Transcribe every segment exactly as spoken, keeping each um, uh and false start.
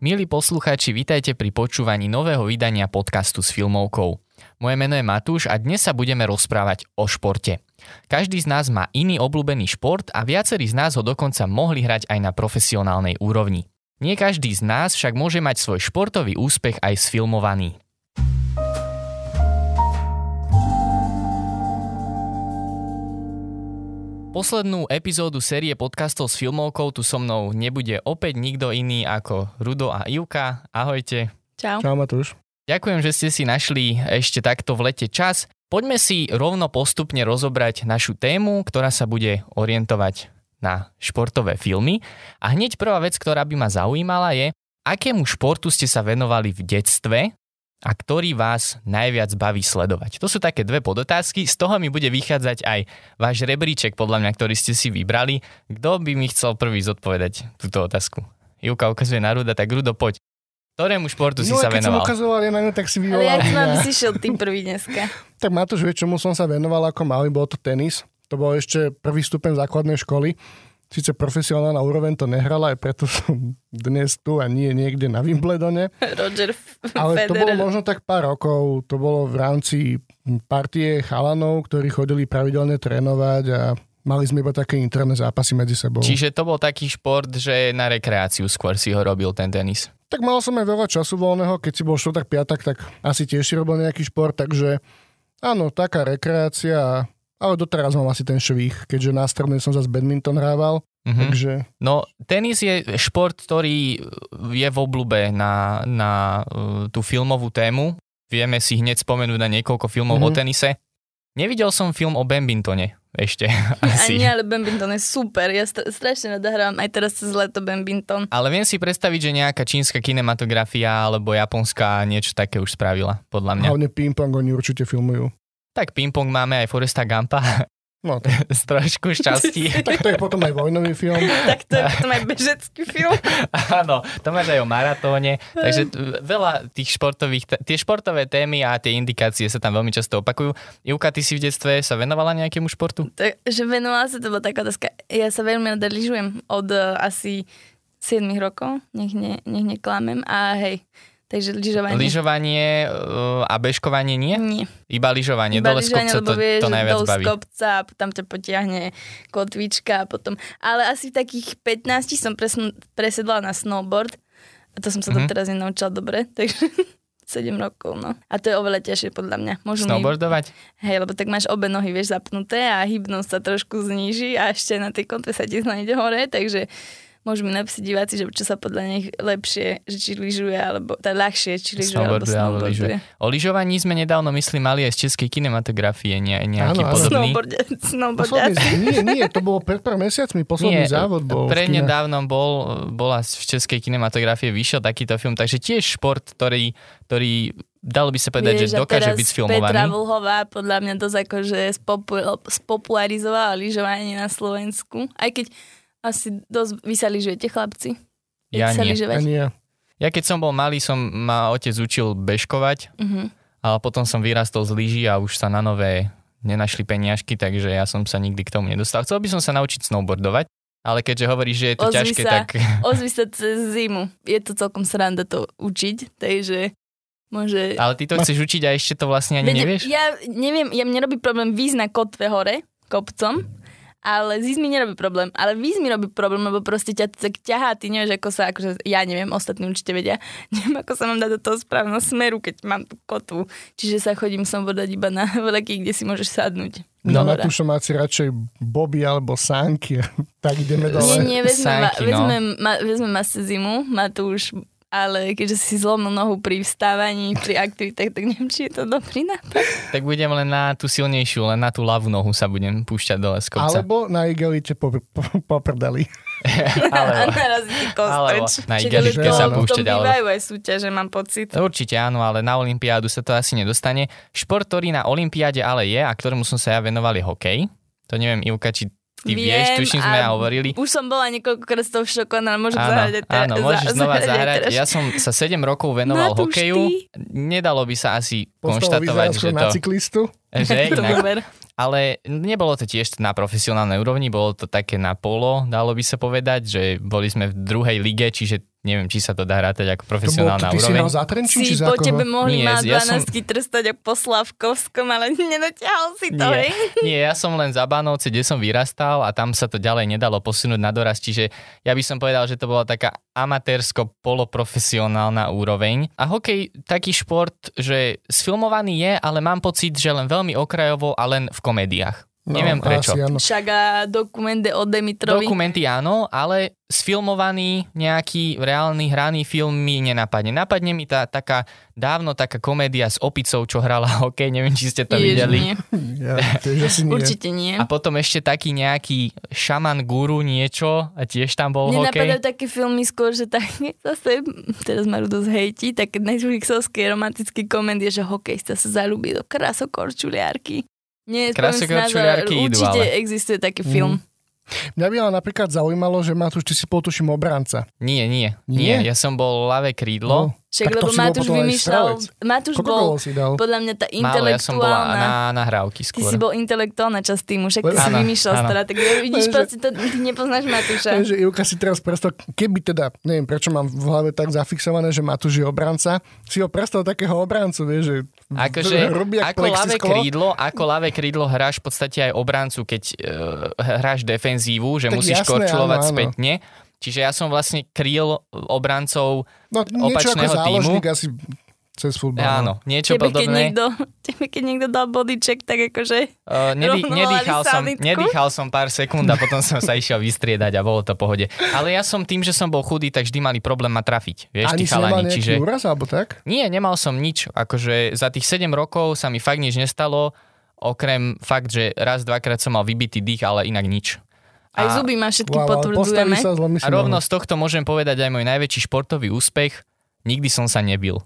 Milí poslucháči, vítajte pri počúvaní nového vydania podcastu s filmovkou. Moje meno je Matúš a dnes sa budeme rozprávať o športe. Každý z nás má iný obľúbený šport a viacerí z nás ho dokonca mohli hrať aj na profesionálnej úrovni. Nie každý z nás však môže mať svoj športový úspech aj sfilmovaný. Poslednú epizódu série podcastov s filmovkou tu so mnou nebude opäť nikto iný ako Rudo a Ivka. Ahojte. Čau. Čau Matúš. Ďakujem, že ste si našli ešte takto v lete čas. Poďme si rovno postupne rozobrať našu tému, ktorá sa bude orientovať na športové filmy. A hneď prvá vec, ktorá by ma zaujímala je, akému športu ste sa venovali v detstve a ktorý vás najviac baví sledovať. To sú také dve podotázky, z toho mi bude vychádzať aj váš rebríček, podľa mňa, ktorý ste si vybrali. Kto by mi chcel prvý zodpovedať túto otázku? Ivka ukazuje na Ruda, tak Rudo, poď. Ktorému športu si no, sa venoval? No, keď som ukazoval ja na ňu, tak si vyvolal. Ale jak som by si šiel ty prvý dneska? Tak Matúš vie, čomu som sa venoval ako malý, bol to tenis. To bol ešte prvý stupeň základnej školy. Sice profesionálna úroveň to nehrala, aj preto som dnes tu a nie niekde na Wimbledone. Roger Federer. Ale to bolo možno tak pár rokov. To bolo v rámci partie chalanov, ktorí chodili pravidelne trénovať a mali sme iba také interné zápasy medzi sebou. Čiže to bol taký šport, že na rekreáciu skôr si ho robil ten tenis. Tak mal som aj veľa času voľného, keď si bol štvrtok, piatak, tak asi tiež si robil nejaký šport, takže áno, taká rekreácia. Ale doteraz mám asi ten švih, keďže na strednej som zase badminton hrával. Mm-hmm. Takže... No, tenis je šport, ktorý je v obľúbe na, na uh, tú filmovú tému. Vieme si hneď spomenúť na niekoľko filmov mm-hmm. o tenise. Nevidel som film o badmintone ešte. Asi. Ani, ale badminton je super. Ja st- strašne nadahrávam aj teraz cez leto badminton. Ale viem si predstaviť, že nejaká čínska kinematografia alebo japonská niečo také už spravila, podľa mňa. Hlavne ping-pong oni určite filmujú. Tak ping-pong máme aj Foresta Gumpa. No to... Z trošku šťastí. Tak to je potom aj vojnový film. Tak to je potom aj bežecký film. Áno, to máš aj o maratóne. Takže veľa tých športových, tie športové témy a tie indikácie sa tam veľmi často opakujú. Ivka, ty si v detstve sa venovala nejakému športu? Takže venovala sa, to bola taká otázka. Ja sa veľmi rada lyžujem od uh, asi sedem rokov. Nech, ne, nech neklamem. A hej, takže lyžovanie. Lyžovanie uh, a bežkovanie nie? Nie. Iba lyžovanie. Iba dole z kopca to, vieš, to najviac dole baví. z kopca, tam ťa potiahne kotvička a potom. Ale asi v takých pätnástich som presn- presedla na snowboard. A to som sa mm-hmm. doteraz nenaučila dobre, takže sedem rokov, no. A to je oveľa ťažšie podľa mňa. Môžu Snowboardovať? Mi... Hej, lebo tak máš obe nohy, vieš, zapnuté a hybnosť sa trošku zníži a ešte na tej kontve sa ti znajde hore, takže môžu mi napísať diváci, že čo sa podľa nich lepšie, že či lyžuje, alebo tá ľahšie, či lyžuje, alebo snowboarduje. O lyžovaní sme nedávno, myslím, mali aj z českej kinematografie ne, nejaký áno, podobný. Snowboardiaci. Nie, nie, to bolo pred pár mesiacmi, posledný nie, závod bol. Prednedávnom bol, bola v českej kinematografie, vyšiel takýto film, takže tiež šport, ktorý, ktorý dalo by sa povedať, že dokáže byť sfilmovaný. Petra Vlhová podľa mňa dosť akože spopul- spopularizovala lyžovanie na Slovensku, aj keď asi dosť vy sa lyžujete, chlapci? Ja nie. Ja nie. Ja keď som bol malý, som ma otec učil bežkovať, uh-huh. ale potom som vyrastol z lyží a už sa na nové nenašli peniažky, takže ja som sa nikdy k tomu nedostal. Chcel by som sa naučiť snowboardovať, ale keďže hovoríš, že je to ozvi ťažké, sa, tak... Ozvi sa cez zimu. Je to celkom sranda to učiť, takže... Môže... Ale ty to chceš učiť a ešte to vlastne ani Veď, nevieš? Ja neviem, ja mne robí problém výjsť na kotve hore, kopcom, ale zísť mi nerobí problém. Ale výjsť mi robí problém, lebo proste ťa to tak ťahá, ty nevieš, ako sa, akože ja neviem, ostatní určite vedia, neviem, ako sa mám dať do toho správneho smeru, keď mám tú kotvu. Čiže sa chodím snowboardať iba na veľký, kde si môžeš sadnúť. No na tušom máte radšej boby alebo sánky, tak ideme dole. Nie, nie, vezme, sánky, no. vezme, ma, vezme ma cez zimu, má to už... Ale keďže si zlomnú nohu pri vstávaní, pri aktivitách, tak neviem, či je to dobrý nápad. Tak budem len na tú silnejšiu, len na tú ľavú nohu sa budem púšťať dole z kopca. Alebo na igelite poprdali. alebo, alebo na igelitke sa púšťať. To bývajú aj súťaže, mám pocit. Určite áno, ale na olympiádu sa to asi nedostane. Šport, ktorý na olympiáde ale je a ktorému som sa ja venoval, je hokej. To neviem, Ivka, či ty Viem, vieš, tuším sme ja hovorili. Už som bola niekoľkokrát z toho šokovaná, ale môžem áno, zahrať aj teraz. Áno, môžeš za, znova zahrať. zahrať. Ja som sa sedem rokov venoval Matúš, hokeju. Ty? Nedalo by sa asi Postalo konštatovať, že to... na cyklistu. Že inak, ale nebolo to tiež na profesionálnej úrovni, bolo to také na polo, dalo by sa povedať, že boli sme v druhej lige, čiže neviem, či sa to dá rátať ako To bol, profesionálna ty si úroveň. hral za Trenčín, či Si za po koho? tebe mohli Nie, mať ja som- dvanásť trestať ako po Slavkovskom, ale nedotiahol si to, Nie, hej? nie, ja som len za Bánovce, kde som vyrastal a tam sa to ďalej nedalo posunúť na doraz, čiže ja by som povedal, že to bola taká amatérsko-poloprofesionálna úroveň. A hokej taký šport, že sfilmovaný je, ale mám pocit, že len veľmi okrajovo a len v komédiách. No, Neviem prečo. asi áno. Však a dokumenty o Demitrovi. Dokumenty áno, ale sfilmovaný nejaký reálny hraný film mi nenapadne. Napadne mi tá taká dávno taká komédia s opicou, čo hrala hokej, neviem, či ste to Ježiš, videli. nie. Ja, tiež asi nie. Určite nie. A potom ešte taký nejaký šaman guru niečo a tiež tam bol Mne hokej. napadajú také filmy skôr, že tak zase, teraz ma dosť hejti, také Netflixovské romantické komedie, že hokejista sa zalúbi do krasokorčuliarky. Nie, Krasokorčuliarky idú, určite ale- existuje taký film. Mňa by ale napríklad zaujímalo, že Matúš, ty si bol tuším obranca. Nie, nie, Nie? nie. Ja som bol ľavé krídlo. Však Tak to lebo si bol Matúš potom aj vymýšľal, strelec. Matúš Koľko bol golov si dal? podľa mňa tá Málo, ja som bola intelektuálna. na nahrávky Ty skôr. si bol intelektuálna časť týmu, však ty si Áno, vymýšľal áno. stratégiu. Vidíš, Lenže- proste to, ty nepoznáš Matúša. Takže Ivka si teraz predstav, keby teda, neviem prečo mám v hlave tak zafixované, že Matúš je obranca, si ho predstav takého obrancu, vieš, že Akože, robí jak ako ľavé plexisklo. krídlo, ako ľavé krídlo hráš v podstate aj obrancu, keď uh, hráš defenzívu, že Tak musíš jasné, korčulovať áno, áno. spätne. Čiže ja som vlastne kríl obrancov No niečo ako opačného tímu. záložník asi cez futbal. Áno, niečo Tebe keď, podobné. niekto, tebe, keď niekto dal bodyček, tak akože... Uh, nedý, rovno nedýchal, volali som, sanitku. nedýchal som pár sekúnd a potom som sa išiel vystriedať a bolo to v pohode. Ale ja som tým, že som bol chudý, tak vždy mali problém ma trafiť. Vieš, Ani tí si nemal chalani. nejaký Čiže úraz, alebo tak? nie, nemal som nič. Akože za tých sedem rokov sa mi fakt nič nestalo, okrem fakt, že raz, dvakrát som mal vybitý dých, ale inak nič. Aj A- zuby ma všetky Wow, ale postaví potvrdzujeme. sa, zlomí si A rovno nohu. z tohto môžem povedať aj môj najväčší športový úspech. Nikdy som sa nebil.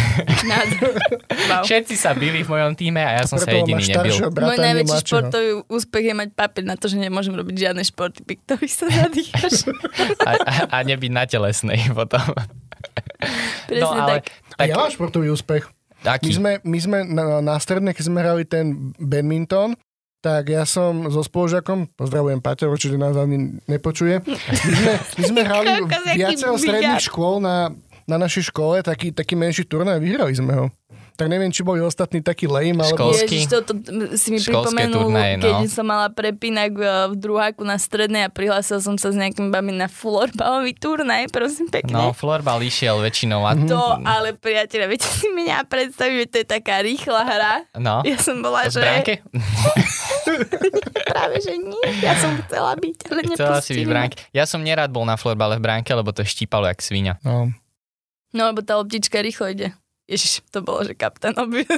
Wow. Všetci sa bili v mojom týme a ja som sa Preto jediný máš nebil. staršieho brata, Môj nie najväčší mladšieho. športový úspech je mať papier na to, že nemôžem robiť žiadne športy, pri ktorých sa zadýchaš. A, a, a nebyť na telesnej potom. Presne No ale tak. A ja mám športový úspech. My taký. sme, my sme na, na strednej, keď sme hrali ten badminton, tak ja som so spolužiakom, pozdravujem Paťa, určite nás ani nepočuje, my sme, my sme hrali Kokos, jaký viacero stredných bigat. škôl na, na našej škole, taký, taký menší turnaj, vyhrali sme ho. Tak neviem, či boli ostatní takí lame, alebo... Školský. Ježiš, toto si mi Školské pripomenul, turnaje, no. keď som mala prepínak v druháku na strednej a prihlásil som sa s nejakým babami na florbalový turnaj, prosím pekne. No, florbal išiel väčšinou. A... To, ale priateľe, viete si mi predstaviť, že to je taká rýchla hra. No, Ja som bola, v že... bránke? Práve, že nie. Ja som chcela byť, ale Chcela si byť nepustili v ma. bránke. Ja som nerád bol na florbale v bránke, lebo to štípalo jak svinia. No. No, lebo tá loptička rýchlo ide. Ježiš, to bolo, že kapitán obvious.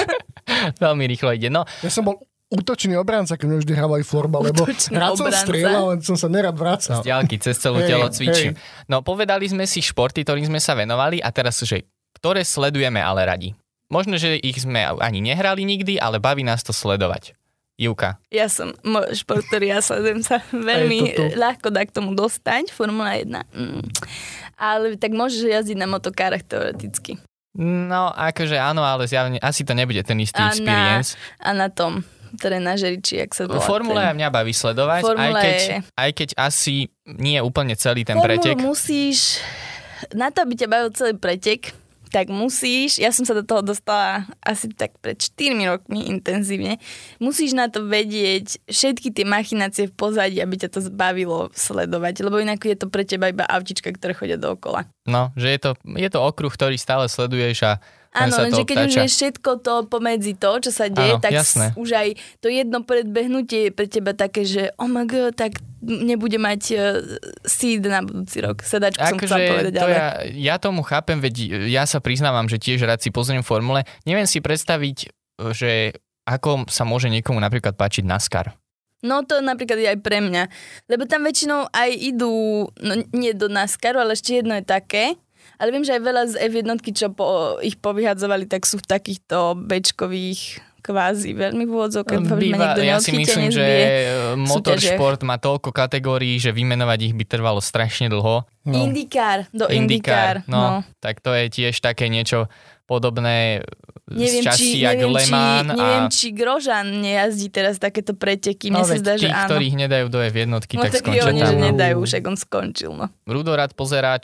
Veľmi rýchlo ide. No, Ja som bol útočný obranca, keď sme vždy hrávali florbal, lebo Útočný rád som obranca. strieľal, len som sa nerad vracal. z diaľky, cez celú Hej, telo hej. cvičím. No, povedali sme si športy, ktorým sme sa venovali a teraz, že ktoré sledujeme ale radi. Možno, že ich sme ani nehrali nikdy, ale baví nás to sledovať. Júka. Ja som môj šport, ktorý ja sledujem sa veľmi Aj toto. ľahko dá k tomu dostať, Formula jeden. Mm. Ale tak môžeš jazdiť na motokárach teoreticky. No, akože áno, ale zjavne, asi to nebude ten istý A na, experience. a na tom trenažeriči, jak sa volá. Formule ten- mňa baví sledovať, aj Formule keď, je- aj keď asi nie je úplne celý ten Formulu pretek. musíš, na to, aby ťa bavil celý pretek, tak musíš, ja som sa do toho dostala asi tak pred štyrmi rokmi intenzívne, musíš na to vedieť všetky tie machinácie v pozadí, aby ťa to zbavilo sledovať, lebo inak je to pre teba iba autička, ktoré chodia dookola. No, že je to, je to okruh, ktorý stále sleduješ a len Áno, sa to lenže keď už obtáča. vieš všetko to pomedzi to, čo sa deje, Áno, tak jasné. s- už aj to jedno predbehnutie je pre teba také, že oh my god, tak nebude mať uh, seed na budúci rok. Sedačku som chcela povedať, to ale... ja, ja tomu chápem, veď ja sa priznávam, že tiež rád si pozriem v formule. Neviem si predstaviť, že ako sa môže niekomu napríklad páčiť NASCAR. No to napríklad je aj pre mňa. Lebo tam väčšinou aj idú, no nie do NASCARu, ale ešte jedno je také. Ale viem, že aj veľa z ef jeden, čo po, ich povyhadzovali, tak sú v takýchto bečkových kvázi veľmi v úvodzovkách. Býva, ja si myslím, že súťažiach. motoršport má toľko kategórií, že vymenovať ich by trvalo strašne dlho. No. IndyCar, do IndyCar. no, no, tak to je tiež také niečo podobné Neviem, z časti či, jak neviem, Le či, Mans neviem, a či Grožan nejazdí teraz takéto preteky. Mne no, sa veď zdá, že tých, áno. ktorých nedajú do ef jeden, No tak tak skončia jo, nie, tam. že no. nedajú, však on skončil. No. Rudorad pozerá čo?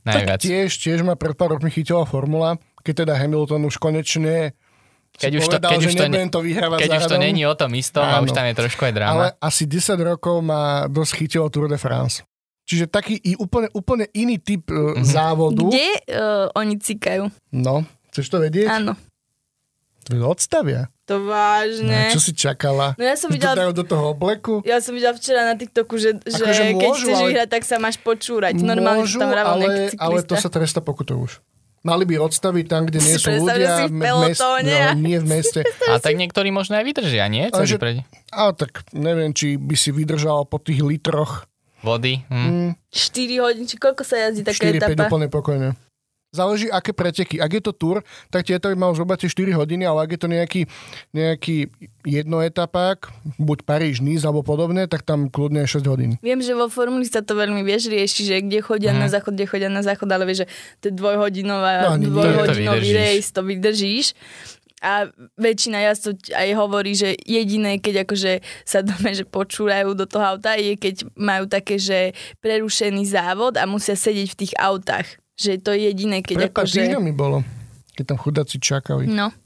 najviac. Tak tiež, tiež ma pred pár rokmi chytila formula, keď teda Hamilton už konečne keď už povedal, to, keď že už to, nebudem to vyhrávať keď už to není o tom istom a už tam je trošku aj dráma. Ale asi desať rokov ma dosť chytilo Tour de France. Čiže taký i úplne, úplne iný typ uh, mm-hmm. závodu. Kde uh, oni cikajú? No, chceš to vedieť? Áno. To odstavia. To vážne. No, čo si čakala? No ja som že videla... to dajú do toho obleku? Ja som videla včera na TikToku, že, že že keď môžu, chceš ale... vyhrať, tak sa máš počúrať. Normálne môžu, tam vravel ale, nejaký cyklista. ale to sa tresta pokutou už. Mali by odstaviť tam, kde nie Si sú predstav, ľudia. že si v pelotóne no, nie v meste. A tak niektorí možno aj vydržia, nie? Ale, že, pre... ale tak neviem, či by si vydržal po tých litroch. Vody. Hm. Mm. štyri hodiny, či koľko sa jazdí taká štyri päť etapa? úplne pokojne. Záleží, aké preteky. Ak je to Tour, tak tie etapy majú zhruba tie štyri hodiny, ale ak je to nejaký, nejaký jednoetapák, buď Paríž, Nice alebo podobné, tak tam kľudne je šesť hodín. Viem, že vo formuli sa to veľmi vieš rieši, že kde chodia mm. na záchod, kde chodia na záchod, ale vieš, že to je dvojhodinová, no, dvojhodinový rejs, to vydržíš. A väčšina jazdcov aj hovorí, že jediné, keď akože sa dome, že počúrajú do toho auta, je keď majú také, že prerušený závod a musia sedieť v tých autách. Že to je jediné, keď Pred pár akože... týždňami bolo, keď tam chudáci čakali. No.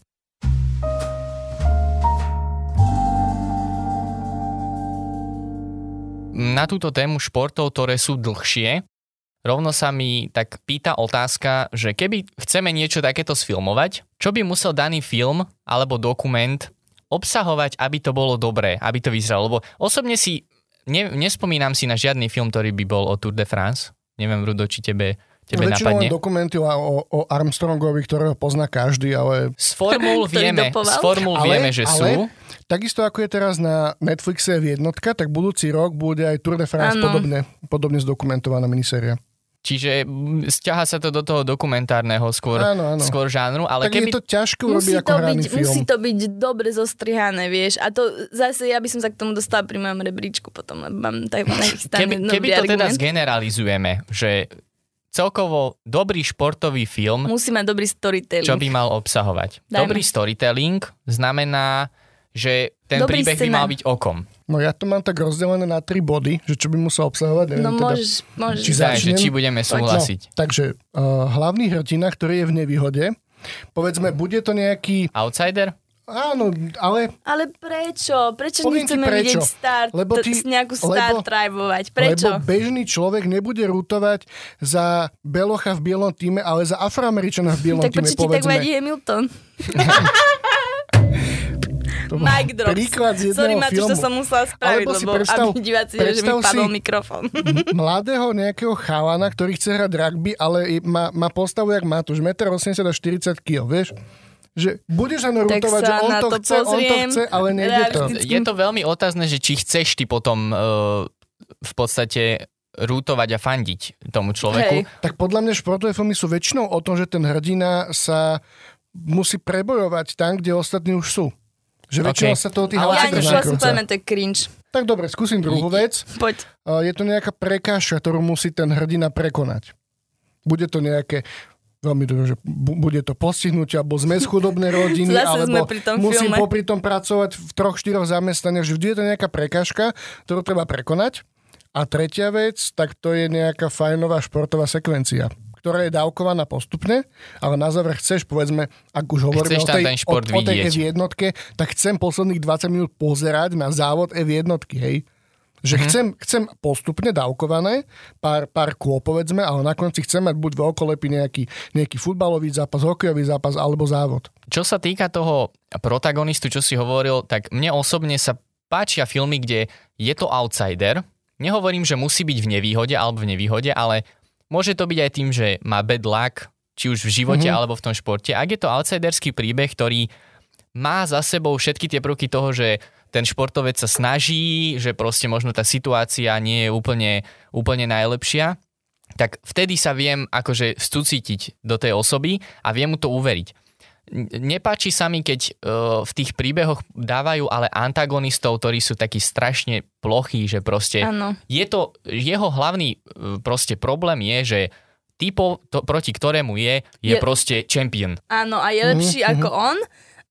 Na túto tému športov, ktoré sú dlhšie, rovno sa mi tak pýta otázka, že keby chceme niečo takéto sfilmovať, čo by musel daný film alebo dokument obsahovať, aby to bolo dobré, aby to vyzeralo. Lebo osobne si, ne, nespomínam si na žiadny film, ktorý by bol o Tour de France. Neviem, Rudo, či tebe... Tebe no, väčšinou napadne? dokumenty o, o Armstrongovi, ktorého pozná každý, ale... Z formul vieme, z formul ale, vieme, že ale, sú. Takisto ako je teraz na Netflixe v jednotka, tak budúci rok bude aj Tour de France podobne, podobne zdokumentovaná miniséria. Čiže sťaha sa to do toho dokumentárneho skôr, áno, áno. skôr žánru. Ale tak keby... je to ťažké urobiť ako hraný film. Musí to byť dobre zostrihané, vieš. A to zase, ja by som sa k tomu dostala pri mojom rebríčku potom, lebo mám tak nachystaný Keby, dobrý keby to argument. teda zgeneralizujeme, že celkovo dobrý športový film, musí mať dobrý storytelling. Čo by mal obsahovať? Dajme. Dobrý storytelling znamená, že ten dobrý príbeh scénar. by mal byť okom. No ja to mám tak rozdelené na tri body, že čo by musel obsahovať. Neviem, no teda, môžeš, môžeš. či, Daj, že či budeme súhlasiť. No, takže uh, hlavný hrdina, ktorý je v nevýhode, povedzme, bude to nejaký... Outsider? Áno, ale... Ale prečo? Prečo Poviem nechceme ti prečo. vidieť start, Lebo ty, nejakú start drivovať? Prečo? Lebo bežný človek nebude rutovať za Belocha v bielom týme, ale za Afroameričana v bielom tak týme, povedzme. Tak prečo ti tak vadí Hamilton? Mic drops. Príklad z jedného Sorry, Matúš, filmu. to som musela spraviť, Alebo si lebo predstav, aby diváci, že mi padol mikrofón. Mladého nejakého chalana, ktorý chce hrať rugby, ale má, má postavu jak Matúš, jeden osemdesiat až štyridsať kilogramov, vieš? Že budeš sa narutovať, že on to, to chce, on to chce, ale nejde to. Je to veľmi otázne, že či chceš ty potom uh, v podstate rútovať a fandiť tomu človeku. Hej. Tak podľa mňa športové filmy sú väčšinou o tom, že ten hrdina sa musí prebojovať tam, kde ostatní už sú. Že väčšinou Okay. sa toho tých Ale ja hlavcov nešla nakrúca. úplne, to je cringe. Tak dobre, skúsim druhú vec. Poď. Je to nejaká prekážka, ktorú musí ten hrdina prekonať. Bude to nejaké veľmi dobré, že bude to postihnutie, alebo sme z chudobnej rodiny, Zase sme alebo pri tom musím filme. popri tom pracovať v troch, štyroch zamestnaniach, že vždy je to nejaká prekážka, ktorú treba prekonať. A tretia vec, tak to je nejaká fajnová športová sekvencia, ktorá je dávkovaná postupne, ale na záver chceš, povedzme, ak už hovoríme Chceš o tam tej, ten šport o, o tej vidieť. ef jednotke, tak chcem posledných dvadsať minút pozerať na závod ef jednotky, hej. Že mm-hmm. chcem, chcem postupne dávkované, pár, pár kôl povedzme, ale na konci chcem mať buď veľkolepý nejaký, nejaký futbalový zápas, hokejový zápas alebo závod. Čo sa týka toho protagonistu, čo si hovoril, tak mne osobne sa páčia filmy, kde je to outsider. Nehovorím, že musí byť v nevýhode alebo v nevýhode, ale môže to byť aj tým, že má bad luck, či už v živote mm-hmm. alebo v tom športe. Ak je to outsiderský príbeh, ktorý má za sebou všetky tie prvky toho, že ten športovec sa snaží, že proste možno tá situácia nie je úplne, úplne najlepšia, tak vtedy sa viem akože vcúcitiť do tej osoby a viem mu to uveriť. Nepáči sa mi, keď uh, v tých príbehoch dávajú ale antagonistov, ktorí sú takí strašne plochí, že proste Áno. je to, jeho hlavný uh, proste problém je, že typo, to, proti ktorému je, je, je proste champion. Áno, a je lepší mm-hmm. ako on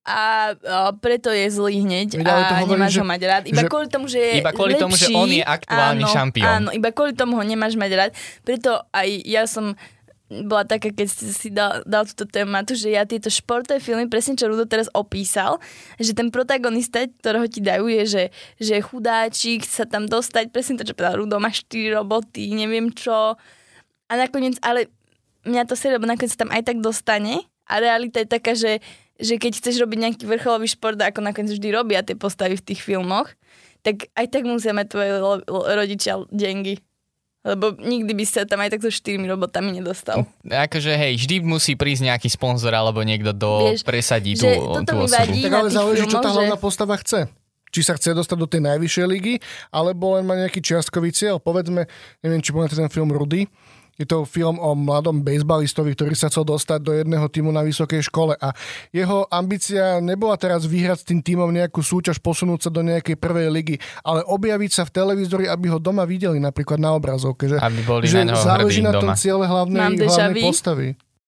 a o, preto je zlý hneď Veď, ale to a hovorím, nemáš že- ho mať rád. Iba že- kvôli tomu, že je Iba kvôli lepší. tomu, že on je aktuálny áno, šampión. Áno, iba kvôli tomu ho nemáš mať rád. Preto aj ja som bola taká, keď si, si dal, dal túto tématu, že ja tieto športové filmy, presne čo Rudo teraz opísal, že ten protagonista, ktorého ti dajú, je, že, že je chudáčik, sa tam dostať, presne to, čo povedal Rudo, má štyri roboty, neviem čo. A nakoniec, ale mňa to série, lebo nakoniec sa tam aj tak dostane a realita je taká, že, že keď chceš robiť nejaký vrcholový šport, ako nakoniec vždy robia tie postavy v tých filmoch, tak aj tak musia mať tvoje lo- lo- rodičia dengy. Lebo nikdy by sa tam aj tak so štyrmi robotami nedostal. Akože hej, vždy musí prísť nejaký sponzor alebo niekto do Vieš, presadí tú, tú osobu. Tak ale záleží, čo tá hlavná že... postava chce. Či sa chce dostať do tej najvyššej ligy, alebo len má nejaký čiastkový cieľ. Povedzme, neviem, či poviete ten film Rudy. Je to film o mladom bejsbalistovi, ktorý sa chcel dostať do jedného tímu na vysokej škole a jeho ambícia nebola teraz vyhrať s tým tímom nejakú súťaž, posunúť sa do nejakej prvej ligy, ale objaviť sa v televízori, aby ho doma videli napríklad na obrazovke. Že, aby boli že na neho záleží hrdí na tom doma. ciele hlavnej, hlavnej postavy.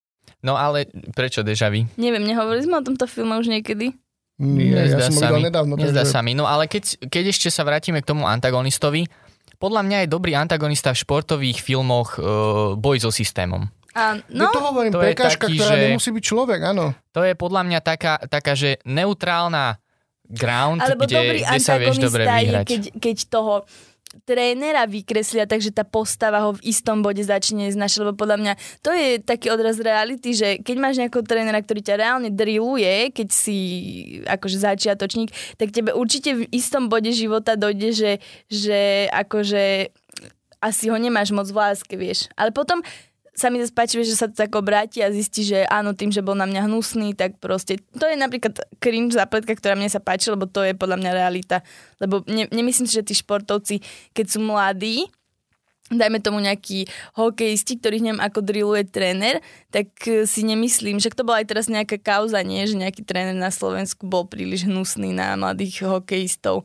No ale prečo déjà vu? Neviem, nehovorili sme o tomto filme už niekedy? Nie, ja som ho videl nedávno. Nezdá takže... sa mi. No ale keď, keď ešte sa vrátime k tomu antagonistovi, podľa mňa je dobrý antagonista v športových filmoch uh, boj so systémom. A, no, to hovorím, to prekážka, taký, ktorá že... nemusí byť človek, áno. To je podľa mňa taká, taká že neutrálna ground, alebo kde, kde sa vieš dobre vyhrať. Keď, keď toho trénera vykreslia, takže tá postava ho v istom bode začne znašať, lebo podľa mňa to je taký odraz reality, že keď máš nejakého trénera, ktorý ťa reálne drilluje, keď si akože začiatočník, tak tebe určite v istom bode života dojde, že, že akože asi ho nemáš moc v láske, vieš. Ale potom sa mi zase páči, že sa to tak obráti a zistí, že áno, tým, že bol na mňa hnusný, tak proste, to je napríklad cringe zápletka, ktorá mne sa páči, lebo to je podľa mňa realita. Lebo ne, nemyslím si, že tí športovci, keď sú mladí, dajme tomu nejakí hokejisti, ktorých neviem, ako drilluje tréner, tak si nemyslím, že to bola aj teraz nejaká kauza, nie? Že nejaký tréner na Slovensku bol príliš hnusný na mladých hokejistov.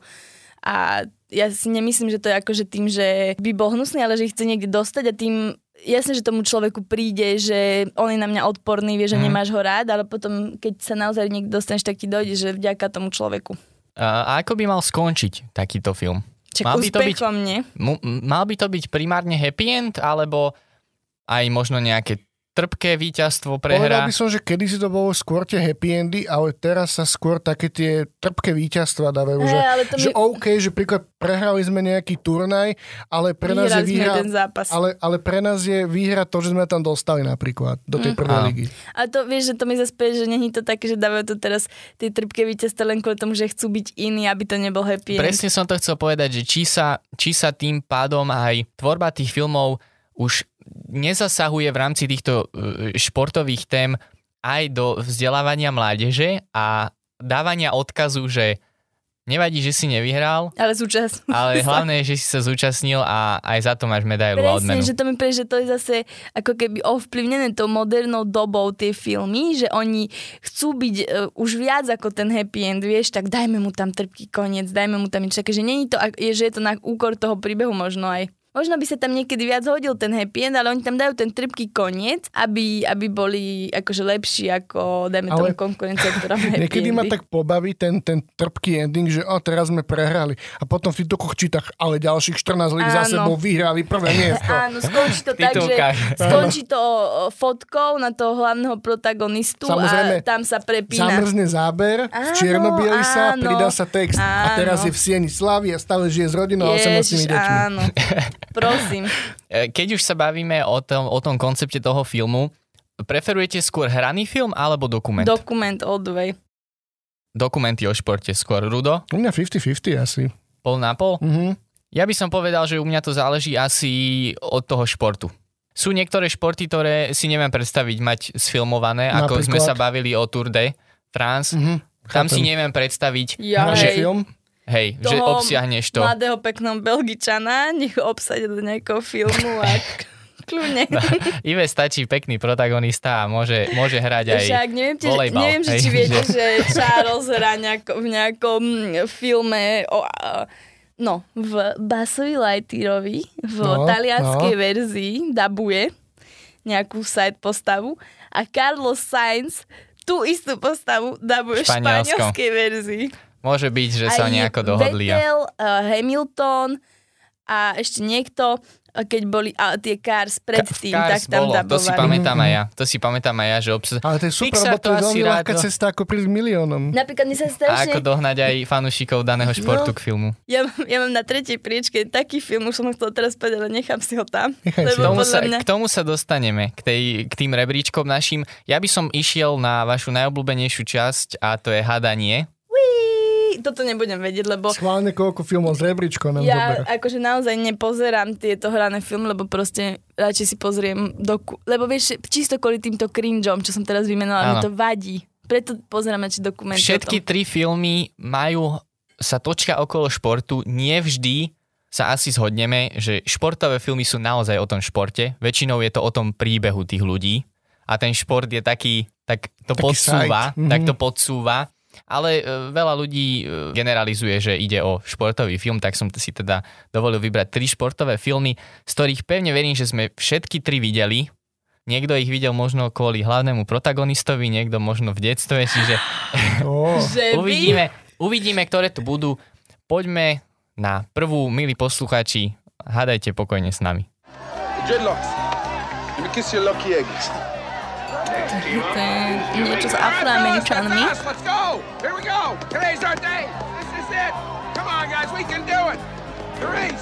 A ja si nemyslím, že to je akože tým, že by bol hnusný, ale že ich chce niekde dostať a tým jasne, že tomu človeku príde, že on je na mňa odporný, vie, že mm. nemáš ho rád, ale potom, keď sa naozaj niekto dostaneš, tak ti dojde, že vďaka tomu človeku. A, a ako by mal skončiť takýto film? Čak mal by to byť, nie? M- mal by to byť primárne happy end, alebo aj možno nejaké trpké víťazstvo, prehra? Povedal by som, že kedysi to bolo skôr tie happy endy, ale teraz sa skôr také tie trpké víťazstva dávajú. Hey, že, že mi... OK, že príklad prehrali sme nejaký turnaj, ale pre nás je výhra, ale, ale pre nás je výhra to, že sme tam dostali napríklad do tej prvej mm. ligy. A to vieš, že to mi zase že není to také, že dávajú to teraz tie trpké víťazstva len kvôli tomu, že chcú byť iní, aby to nebol happy end. Presne som to chcel povedať, že či sa, či sa tým pádom aj tvorba tých filmov už nezasahuje v rámci týchto športových tém aj do vzdelávania mládeže a dávania odkazu, že nevadí, že si nevyhral, ale zúčastnil. Ale hlavné je, že si sa zúčastnil a aj za to máš medailu a odmenu. Presne, že to mi príde, že to je zase ako keby ovplyvnené tou modernou dobou tie filmy, že oni chcú byť uh, už viac ako ten happy end, vieš, tak dajme mu tam trpký koniec, dajme mu tam niečo také, že nie je to, je, že je to na úkor toho príbehu možno aj. Možno by sa tam niekedy viac hodil ten happy end, ale oni tam dajú ten trpký koniec, aby, aby boli akože lepší ako, dajme tomu, konkurencia, ktorá má happy niekedy endy. ma tak pobaví ten, ten trpký ending, že o, teraz sme prehrali. A potom v týchto čítach, ale ďalších štrnásť lík za sebou vyhrali prvé miesto. Áno, skončí to tak, že skončí to fotkou na toho hlavného protagonistu. Samozrejme, a tam sa prepína. Zamrzne záber, v čierno-bielý sa, pridá sa text. Áno. A teraz je v sieni slávy a stále žije s rodinou a osemnástimi deťmi. Áno. Prosím. Keď už sa bavíme o tom, o tom koncepte toho filmu, preferujete skôr hraný film alebo dokument? Dokument all the way. Dokumenty o športe skôr. Rudo? U mňa päťdesiat päťdesiat asi. Pol na pol? Mhm. Ja by som povedal, že u mňa to záleží asi od toho športu. Sú niektoré športy, ktoré si neviem predstaviť mať sfilmované, ako Napríklad? sme sa bavili o Tour de France. Mhm. Tam Chápem. si neviem predstaviť. Ja, že film? Hej, že obsiahneš to. Mladého peknom Belgičana, nech ho obsadia do nejakého filmu a kľudne. No, Ive stačí pekný protagonista a môže, môže hrať aj Však, neviem, či, volejbal. Neviem, hej, či viete, že, že Charles hrá nejako, v nejakom filme o... No, v Basovi Lightyearovi, v no, talianskej no. verzii dabuje nejakú side postavu a Carlos Sainz tú istú postavu dabuje v španielskej verzii. Môže byť, že sa nejako dohodli. Vettel, uh, Hamilton a ešte niekto A keď boli a tie Cars predtým, Ka- tak tam bolo, dabovali. to si pamätám aj ja. To si pamätám aj ja, že obs- Ale to je super, Pixar lebo to je veľmi rád, ľahká no. cesta, ako prísť k miliónom. Napríklad mi sa A strašne... ako dohnať aj fanúšikov daného športu No. k filmu. Ja, ja mám na tretej priečke taký film, už som ho chcel teraz povedať, ale nechám si ho tam. Nechaj si K ho. tomu, podľa sa, mňa... k tomu sa dostaneme, k, tej, k tým rebríčkom našim. Ja by som išiel na vašu najobľúbenejšiu časť a to je hadanie. Toto nebudem vedieť, lebo Schválne koľko filmov z rebríčko nám ja zober. akože naozaj nepozerám tieto hrané filmy, lebo proste radšej si pozriem doku... Lebo vieš, čisto kvôli týmto cringeom, čo som teraz vymenovala, mi to vadí. Preto pozerám radšej dokumenty Všetky tri filmy majú, sa točka okolo športu, nevždy sa asi zhodneme, že športové filmy sú naozaj o tom športe. Väčšinou je to o tom príbehu tých ľudí a ten šport je taký, tak to Taký podsúva, side. tak to Mhm. podsúva. Ale e, veľa ľudí e, generalizuje, že ide o športový film, tak som si teda dovolil vybrať tri športové filmy, z ktorých pevne verím, že sme všetky tri videli. Niekto ich videl možno kvôli hlavnému protagonistovi, niekto možno v detstve, čiže Ó, Že by... uvidíme, uvidíme, ktoré tu budú. Poďme na prvú, milí poslucháči, hádajte pokojne s nami. Dreadlocks. Let me kiss your lucky eggs. To je niečo s afroameričanmi. Let's go. Here we go. Today's our day. This is it. Come on, guys. We can do it. The race.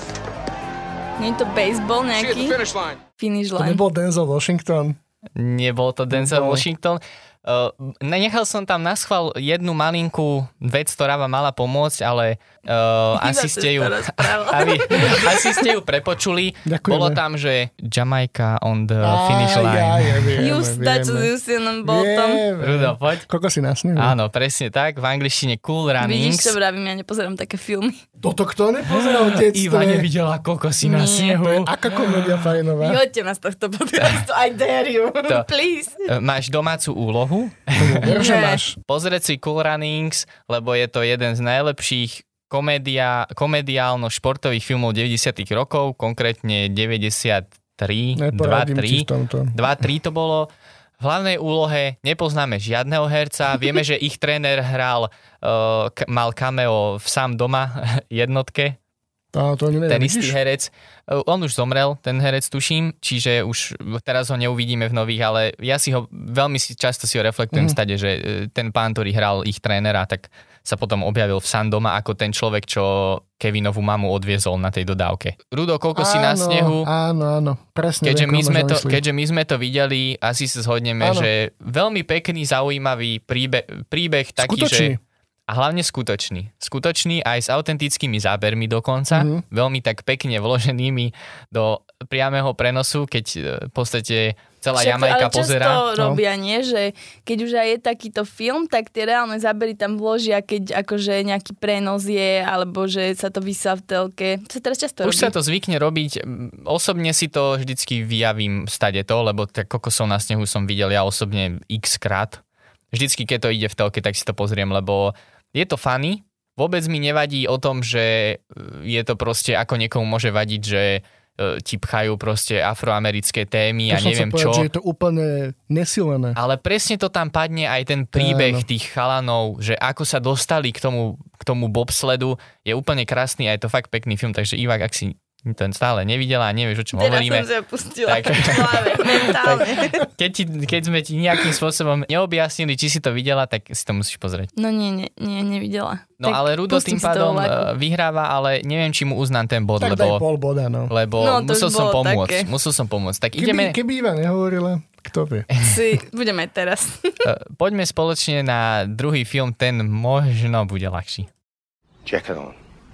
Nie je to baseball See you at the nejaký? finish line. Finish to line. nebol Denzel Washington. Nebol to Denzel Nebol. Washington. Uh, nechal som tam na schvál jednu malinkú vec, ktorá vám mala pomôcť, ale uh, asi, ste ju, aby, asi ste ju prepočuli. Ďakujeme. Bolo tam, že Jamaica on the finish line. Ja, ja, vieme, Justa, čo s vieme. Jusienom Boltom. Vieme. Rudo, poď. Koľko si nasnil? Áno, presne tak. V angličtine Cool Runnings. Vidíš, čo vravím, ja nepozerám také filmy. Toto kto nepozeral v detstve? Iva nevidela kokosy na Nie. snehu. Aká komédia fajnová? Vyhoďte ma z tohto podcastu, I dare you, To- please. Uh, Máš domácu úlohu? Ver, že Nie. máš. Pozrieť si Cool Runnings, lebo je to jeden z najlepších komédia, komediálno-športových filmov deväťdesiatych rokov, konkrétne deväťdesiattri, dva Neporadím tri. ti v tomto. dva tri to bolo. V hlavnej úlohe nepoznáme žiadneho herca. Vieme, že ich tréner hral, uh, k- mal cameo v Sám doma jednotke. Á, to ani neviem, Ten istý vidíš? herec. Uh, On už zomrel, ten herec tuším, čiže už teraz ho neuvidíme v nových, ale ja si ho, veľmi si často si ho reflektujem Mhm. mm. stade, že uh, ten pán, ktorý hral ich trénera, tak sa potom objavil v Sám doma ako ten človek, čo Kevinovú mamu odviezol na tej dodávke. Rudo, koľko si na Áno, snehu? Áno, áno, presne. Keďže viem, my, koho sme máš na to, mysli. keďže my sme to videli, asi sa zhodneme, Áno. že veľmi pekný, zaujímavý príbeh, príbeh taký, Skutočný. že... A hlavne skutočný. Skutočný aj s autentickými zábermi dokonca. Mhm. Veľmi tak pekne vloženými do priamého prenosu, keď e, v podstate celá Však, Jamajka ale pozerá. často No. robia, nie? Že keď už aj je takýto film, tak tie reálne zábery tam vložia, keď akože nejaký prenos je, alebo že sa to vysiela v telke. To sa teraz často Už robí. sa to zvykne robiť. Mm, Osobne si to vždycky vyjavím stade to, lebo tak kokosov na snehu som videl ja osobne x krát. Vždycky, keď to ide v telke, tak si to pozriem, lebo je to funny. Vôbec mi nevadí o tom, že je to proste, ako niekomu môže vadiť, že e, ti pchajú proste afroamerické témy a To som neviem chcel povedať, čo. že je to úplne nesilené. Ale presne to tam padne aj ten príbeh Áno. tých chalanov, že ako sa dostali k tomu, k tomu bobsledu, je úplne krásny a je to fakt pekný film, takže Ivak, ak si ten stále nevidela a nevieš, o čom Teraz hovoríme, som sa pustila Tak. tak. v hlave, mentálne. keď, ti, keď sme ti nejakým spôsobom neobjasnili, či si to videla, tak si to musíš pozrieť. No nie, nie, nie, nevidela. No Tak ale Rudo pustím tým si toho pádom vlaku. eh, vyhráva, ale neviem, či mu uznám ten bod, Tak daj lebo, pol boda, no. lebo No, to musel už som bolo pomôcť. také. Musel som pomôcť. Tak Keby, ideme, keby Iva nehovorila, kto vie. Si, budeme aj teraz. eh, poďme spoločne na druhý film, ten možno bude ľahší. Jacket on.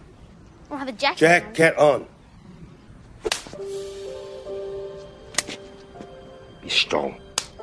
We'll have a jacket. Jacket on. Be strong.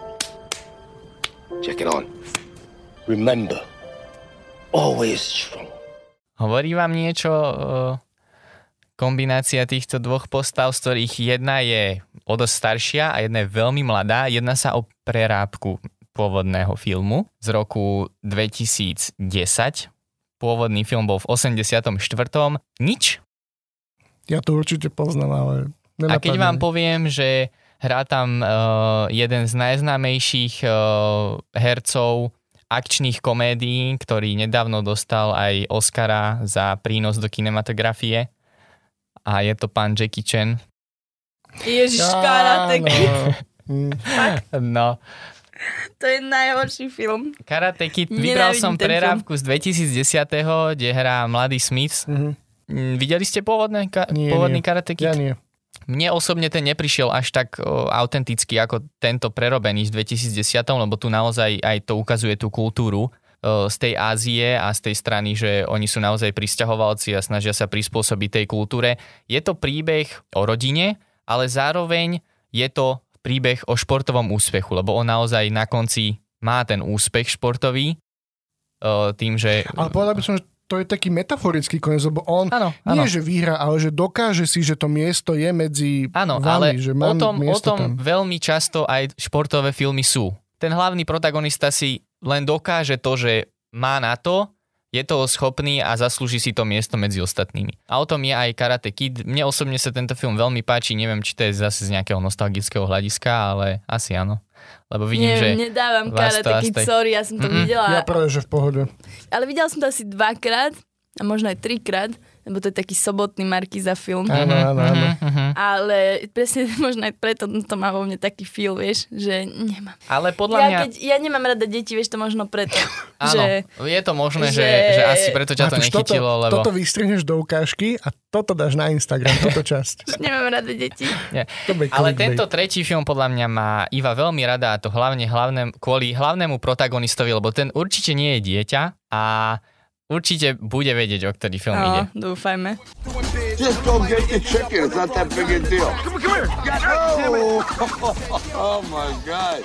Jacket on. Remember, always strong. Hovorí vám niečo eh, kombinácia týchto dvoch postav, z ktorých jedna je o dosť staršia a jedna je veľmi mladá. Jedná sa o prerábku pôvodného filmu z roku dvetisícdesať. Pôvodný film bol v osemdesiatom štvrtom. Nič. Ja to určite poznám, ale A keď nenapadne. vám poviem, že hrá tam uh, jeden z najznámejších uh, hercov akčných komédií, ktorý nedávno dostal aj Oscara za prínos do kinematografie. A je to pán Jackie Chan. Ježiš, Karate Kid. No. To je najhorší film. Karate Kid, vybral Nenávidím som ten prerávku z dvetisícdesať, kde hrá mladý Smith. Mm-hmm. Videli ste pôvodné, ka- nie, pôvodný nie. Karate Kid? Ja nie. Mne osobne ten neprišiel až tak o, autentický ako tento prerobený z dvetisícdesať, lebo tu naozaj aj to ukazuje tú kultúru o, z tej Ázie a z tej strany, že oni sú naozaj prisťahovalci a snažia sa prispôsobiť tej kultúre. Je to príbeh o rodine, ale zároveň je to príbeh o športovom úspechu, lebo on naozaj na konci má ten úspech športový o, tým, že... Ale povedal by som, že to je taký metaforický koniec, lebo on áno, nie, áno. že vyhrá, ale že dokáže si, že to miesto je medzi áno, vami, ale že o mám tom, o miesto tom tam. veľmi často aj športové filmy sú. Ten hlavný protagonista si len dokáže to, že má na to, je toho schopný a zaslúži si to miesto medzi ostatnými. A o tom je aj Karate Kid. Mne osobne sa tento film veľmi páči, neviem, či to je zase z nejakého nostalgického hľadiska, ale asi áno. Lebo vidím, Nie, že... nedávam vás to Karate Kid, asi- sorry, ja som to Mm-mm. videla. Ja práve, že v pohode. Ale videla som to asi dvakrát, a možno aj trikrát, lebo to je taký sobotný Markíza film. Áno, áno, áno. Ale presne možno aj preto to má vo mne taký feel, vieš, že nemám. Ale podľa Ja, mňa... keď, ja nemám rada deti, vieš, to možno preto. Áno, že, je to možné, že, že- že asi preto ťa to Matúš, nechytilo, toto, lebo... toto vystrihneš do ukážky a toto dáš na Instagram, toto časť. nemám rada deti. Nie. To bude Ale clickbait. tento tretí film podľa mňa má Iva veľmi rada a to hlavne hlavné, kvôli hlavnému protagonistovi, lebo ten určite nie je dieťa a určite bude vedieť, o ktorý film ide. No, dúfajme. Just go get the chicken. It's not that big a deal. Come, come here. Oh, oh my God.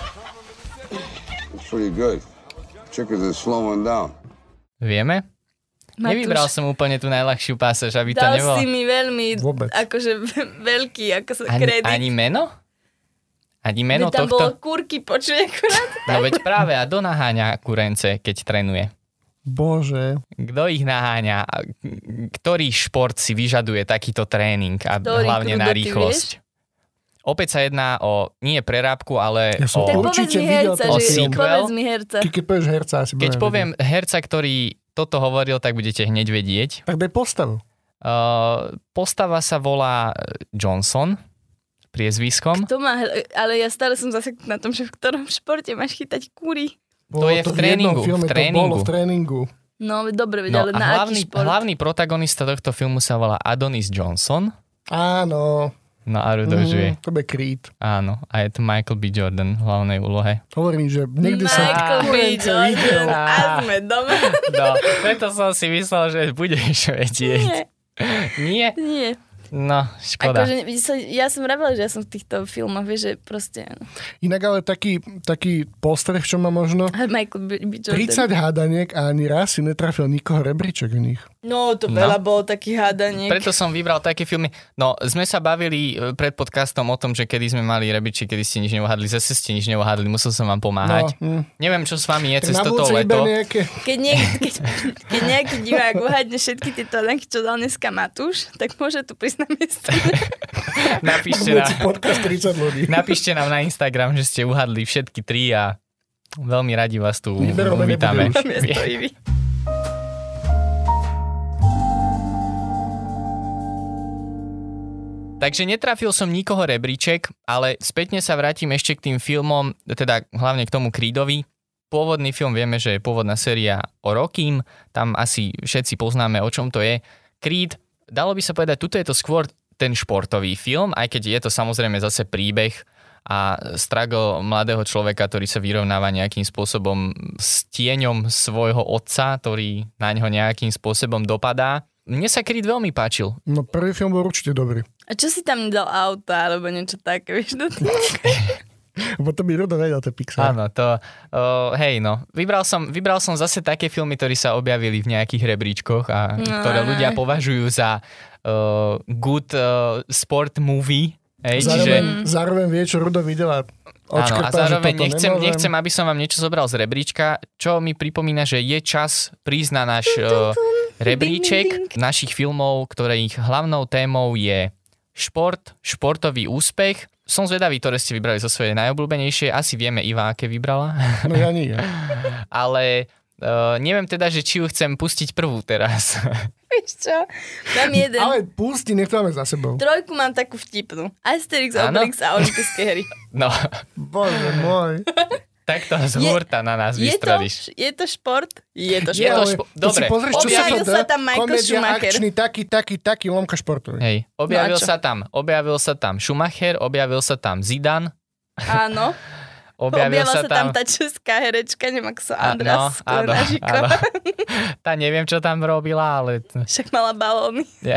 It's pretty good. Chickens are slowing down. Vieme? Matúš, Nevybral som úplne tú najľahšiu pásaž, aby to dal nebolo... si mi veľmi, Vôbec. akože veľký, ako sa Ani, kredit. ani meno? Ani meno Veď tam tohto? bolo kurky, počuj akurát. No veď práve, a kto naháňa kurence, keď trénuje? Bože. Kto ich naháňa? A ktorý šport si vyžaduje takýto tréning a Ktorý, hlavne na krudo, ty rýchlosť? Opäť sa jedná o, nie prerábku, ale Ja som o... Tak Určite povedz mi videl herca, ten že film. povedz mi herca. Ty keď povieš herca, asi Keď budem poviem vedieť. herca, ktorý toto hovoril, tak budete hneď vedieť. Tak daj postavu. Uh, postava sa volá Johnson, priezviskom. To má, ale ja stále som zase na tom, že v ktorom športe máš chytať kúry. To je v tréningu, jednom filme v tréningu. To bolo v tréningu. No, dobre, veď, No ale a na hlavný, aký šport? hlavný protagonista tohto filmu sa volá Adonis Johnson. Áno. No a Rudo už vie. Mm, to bude Creed. Áno, a je to Michael B. Jordan v hlavnej úlohe. Hovorím, že niekde som Michael B. kurence Jordan videl. a sme doma. No, preto som si myslel, že budeš vedieť. Nie, Nie? nie. No, škoda. Akože, ja som vravela, že ja som v týchto filmoch, vieš, že proste... Inak ale taký, taký postreh, čo má možno Ale Michael B. B. Jordan. tridsať hádaniek a ani raz si netrafil nikoho rebríček v nich. No, to No. veľa bolo takých hádaniek. Preto som vybral také filmy. No, sme sa bavili e, pred podcastom o tom, že kedy sme mali rebiči, kedy ste nič neuhadli. Zase ste nič neuhadli, musel som vám pomáhať. No, hm. Neviem, čo s vami je Tak cez na toto budúce leto. vyber nejaké... Keď, niek- keď, keď nejaký divák uhádne všetky tieto lenky, čo dal dneska Matúš, tak môže tu prísť na miesto. Napíšte, Budúci na, podcast tridsať ľudí. napíšte nám na Instagram, že ste uhadli všetky tri a veľmi radi vás tu Vyberové uvítame. nebude Miesto Ivy. Takže netrafil som nikoho rebríček, ale spätne sa vrátim ešte k tým filmom, teda hlavne k tomu Creedovi. Pôvodný film vieme, že je pôvodná séria o Rockym, tam asi všetci poznáme, o čom to je. Creed, dalo by sa povedať, tuto je to skôr ten športový film, aj keď je to samozrejme zase príbeh a struggle mladého človeka, ktorý sa vyrovnáva nejakým spôsobom s tieňom svojho otca, ktorý na ňo nejakým spôsobom dopadá. Mne sa Creed veľmi páčil. No prvý film bol určite dobrý. A čo si tam dal auta, alebo niečo také, vieš, do toho? Lebo to by Rudo vedel, to je Pixar. Áno, to, uh, hej no, vybral som, vybral som zase také filmy, ktoré sa objavili v nejakých rebríčkoch a No. ktoré ľudia považujú za uh, good uh, sport movie. Hej, Zároveň, čiže, zároveň vie, čo Rudo videl a áno, a odškrtá, že zároveň toto nechcem, nemôžem. nechcem, aby som vám niečo zobral z rebríčka, čo mi pripomína, že je čas prísť na náš uh, rebríček našich filmov, ktorých hlavnou témou je šport, športový úspech. Som zvedavý, ktoré ste vybrali zo svojej najobľúbenejšie. Asi vieme, Iva, aké vybrala. No ja nie. Ale Uh, neviem teda, že či ju chcem pustiť prvú teraz. Vieš čo? Mám jeden. Ale pusti, nech to máme za sebou. Trojku mám takú vtipnú. Asterix, Áno. Obelix a olympijské hry. No, Bože môj. tak to z hurta na nás Je to, vystrelíš. je to šport? Je to Je šport. to Ale špo- keď dobre, si pozrieš, čo objavil sa, sa dá, tam Michael komédia, Schumacher. akčný, taký, taký, taký, taký, lomka športový. Hej, objavil No a čo? sa tam, objavil sa tam Schumacher, objavil sa tam Zidane, Objavila objavil sa sa tam tam... tá česká herečka, neviem, ako sa A- András no, áno, Konážiková. áno. Tá neviem, čo tam robila, ale... Však mala balóny. Ja.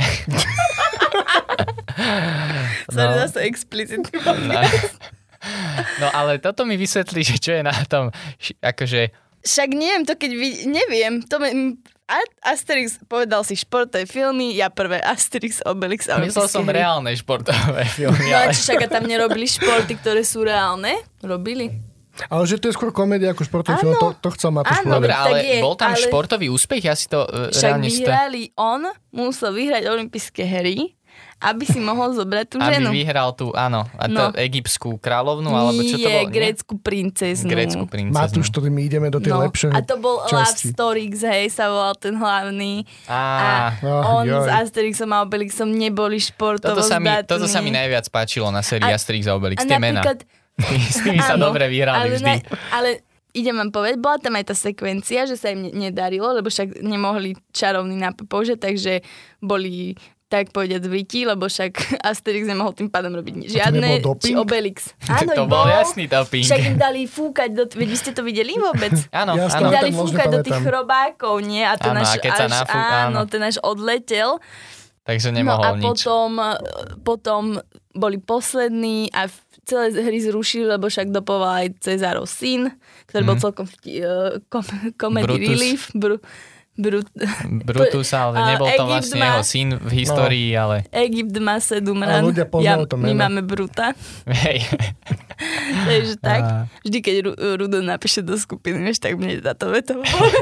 Sorry, No. zase explicitný. No. no ale toto mi vysvetlí, že čo je na tom, š- akože... Však neviem to, keď vid- neviem. To mi... A- Asterix, povedal si športové filmy, ja prvé Asterix, Obelix a Myslel som hry. reálne športové filmy, No a ale... čo, však a tam nerobili športy, ktoré sú reálne? Robili. Ale že to je skôr komédia ako športový film, to, to chcel Matúš Áno. Dobre, povedať. ale tak je, bol tam ale- športový úspech? Ja si to uh, Však reálne... sta- vyhrali, on musel vyhrať olympijské hry, aby si mohol zobrať tú Aby ženu. vyhral tú, áno, a to No. egyptskú kráľovnú, alebo čo to Nie, bolo? grécku princeznú. Grécku princeznu. Matúš, to my ideme do tej No, lepšej a to bol Love časti. Storix, hej, sa volal ten hlavný. Á, A Ah, on joj. s Asterixom a Obelixom neboli športovo toto sa, mi, zdatní. toto sa mi najviac páčilo na sérii A- Asterix a Obelix, A tie mená. napríklad, S tými sa áno, dobre ale, vyhrali vždy. ne, ale idem vám povedať, bola tam aj tá sekvencia, že sa im ne- nedarilo, lebo však nemohli čarovný nápoj použiť, takže boli tak povediať zvykí, lebo však Asterix nemohol tým pádom robiť žiadne, nebol či doping? Obelix. Áno, To im bol jasný doping. Však im dali fúkať, do, veď vy ste to videli vôbec? Áno, Jasné. Im áno. tak dali možno fúkať do tých pamätám. chrobákov, nie? A ten Áno, náš a keď sa až, nafú- áno, áno. ten náš odletel. Takže No nemohol a nič. potom, potom boli poslední a v- celé hry zrušili, lebo však dopoval aj Cezarov syn, ktorý bol celkom vti- uh, kom, comedy Brutus. relief. Bru, brut, Brutus, ale A nebol to Egypt vlastne má- jeho syn v histórii, ale... Egypt má sedm Ale ran. ľudia poznajú to my meno. máme Bruta. Hej. Takže tak, A- vždy keď Ru- Rudo napíše do skupiny, vieš, tak mne táto veta.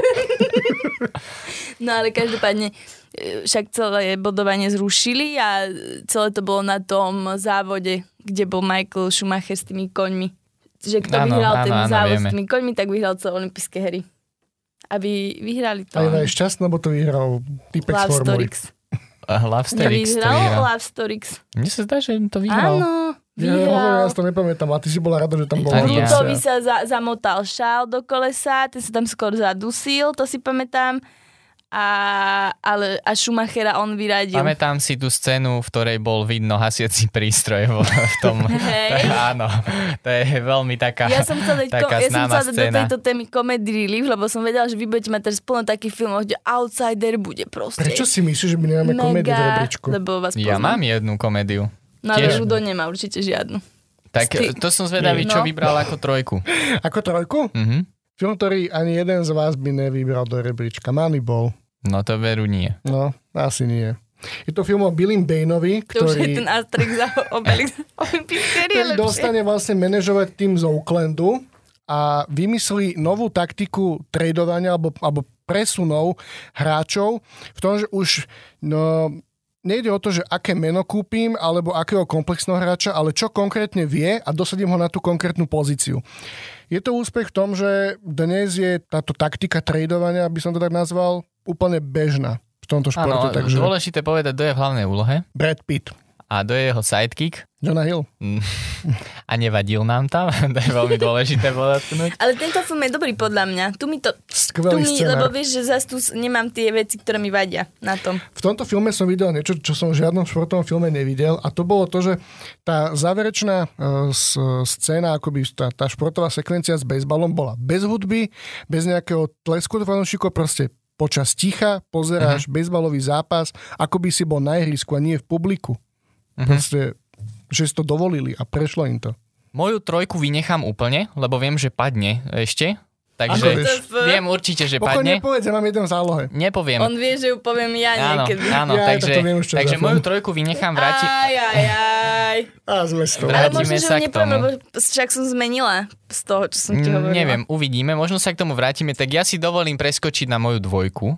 No ale každopádne e, však celé bodovanie zrušili a celé to bolo na tom závode, kde bol Michael Schumacher s tými koňmi. Že kto Áno, vyhral áno, ten áno, závod vieme. s tými koňmi, tak vyhral celé olympijské hry. A vy vyhrali to. A je šťastný, lebo to vyhral typek z Love formuly. Storix. Hlav-Sterix to Nevyhral vyhral. Love Storix. Mne sa zdá, že to vyhral. Áno, Ja, hovorím, vyhral. ja si to nepamätám, a ty si bola rada, že tam bola. Ani ja. Brutovi sa za, zamotal šál do kolesa, ten sa tam skôr zadusil, to si pamätám. A, ale, a Schumachera on vyradil. Pamätám si tú scénu, v ktorej bol vidno hasiaci prístroj vo- v tom. Hej. Áno, to je veľmi taká, Ja som chcela dať, ko- taká ja som známa chcela dať do scéna. tejto témy comedy relief, lebo som vedela, že vy budete mať teraz plno takých filmov, kde Outsider bude proste Prečo si myslíš, že my nemáme komédiu v mega, rebríčku? lebo vás Ja poznám. mám jednu komédiu. No ale tiež. Rudo nemá určite žiadnu. Tak Ty- to som zvedavý, čo No. vybral ako trojku. Ako trojku? Mhm. Film, ktorý ani jeden z vás by nevybral do rebríčka. Moneyball. No to veru nie. No, asi nie. Je to film o Billym Baneovi, To už je ktorý, ten Asterix a Obelix. Olympijské hry je ktorý lepšie. dostane vlastne manažovať tým z Oaklandu a vymyslí novú taktiku tradovania alebo, alebo presunov hráčov v tom, že už no, nejde o to, že aké meno kúpim alebo akého komplexného hráča, ale čo konkrétne vie a dosadím ho na tú konkrétnu pozíciu. Je to úspech v tom, že dnes je táto taktika tradovania, aby som to tak nazval, úplne bežná v tomto športe. Áno, Takže dôležité povedať, kto je v hlavnej úlohe Brad Pitt, a kto je jeho sidekick. Jonah Hill. A nevadil nám tam, to je veľmi dôležité podotknúť. Ale tento film je dobrý podľa mňa. Tu mi to... Tu Skvelý mi, scenár. lebo vieš, že zase tu s- nemám tie veci, ktoré mi vadia na tom. V tomto filme som videl niečo, čo som v žiadnom športovom filme nevidel a to bolo to, že tá záverečná uh, s- scéna, akoby tá, tá športová sekvencia s bejsbalom bola bez hudby, bez nejakého tlesku od fanúšikov, proste počas ticha pozeráš uh-huh. bejsbalový zápas, ako by si bol na ihrisku a nie v publiku. Uh-huh. Proste, že si to dovolili a prešlo im to. Moju trojku vynechám úplne, lebo viem, že padne ešte. Ako Takže vieš? viem určite, že Pokojne padne. povedz, ja mám jeden v zálohe. Nepoviem. On vie, že ju poviem ja Áno, niekedy. áno, Ja, takže, tak to viem už, čo takže za film. moju trojku vynechám, vráti... Aj, aj, aj. A sme z toho. Ale Vrátime možno, že sa ju k nepoviem, tomu. lebo však som zmenila z toho, čo som ti Mm, hovorila. Neviem, uvidíme, možno sa k tomu vrátime, tak ja si dovolím preskočiť na moju dvojku.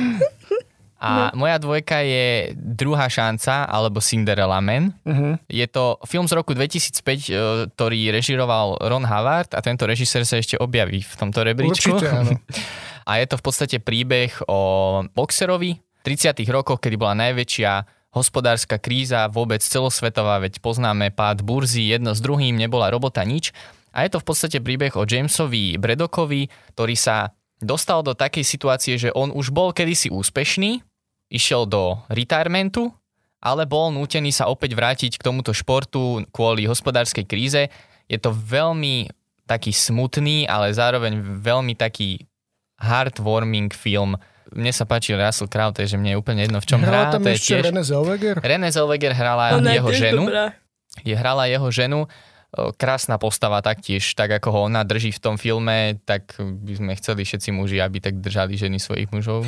A moja dvojka je Druhá šanca, alebo Cinderella Man. Uh-huh. Je to film z roku dvetisícpäť, e, ktorý režiroval Ron Howard a tento režisér sa ešte objaví v tomto rebríčku. Určite áno. a je to v podstate príbeh o boxerovi v tridsiatych rokoch, kedy bola najväčšia hospodárska kríza, vôbec celosvetová, veď poznáme pád burzy, jedno s druhým, nebola robota nič. A je to v podstate príbeh o Jamesovi Braddockovi, ktorý sa dostal do takej situácie, že on už bol kedysi úspešný, išiel do retirementu, ale bol nútený sa opäť vrátiť k tomuto športu kvôli hospodárskej kríze. Je to veľmi taký smutný, ale zároveň veľmi taký heartwarming film. Mne sa páči Russell Crowe, takže mne je úplne jedno, v čom hrá. Hrala tam ešte tiež... Renée Zellweger? Renée Zellweger hrala Ona jeho ženu. Dobrá. Je hrala jeho ženu. Krásna postava taktiež, tak ako ho ona drží v tom filme, tak by sme chceli všetci muži, aby tak držali ženy svojich mužov.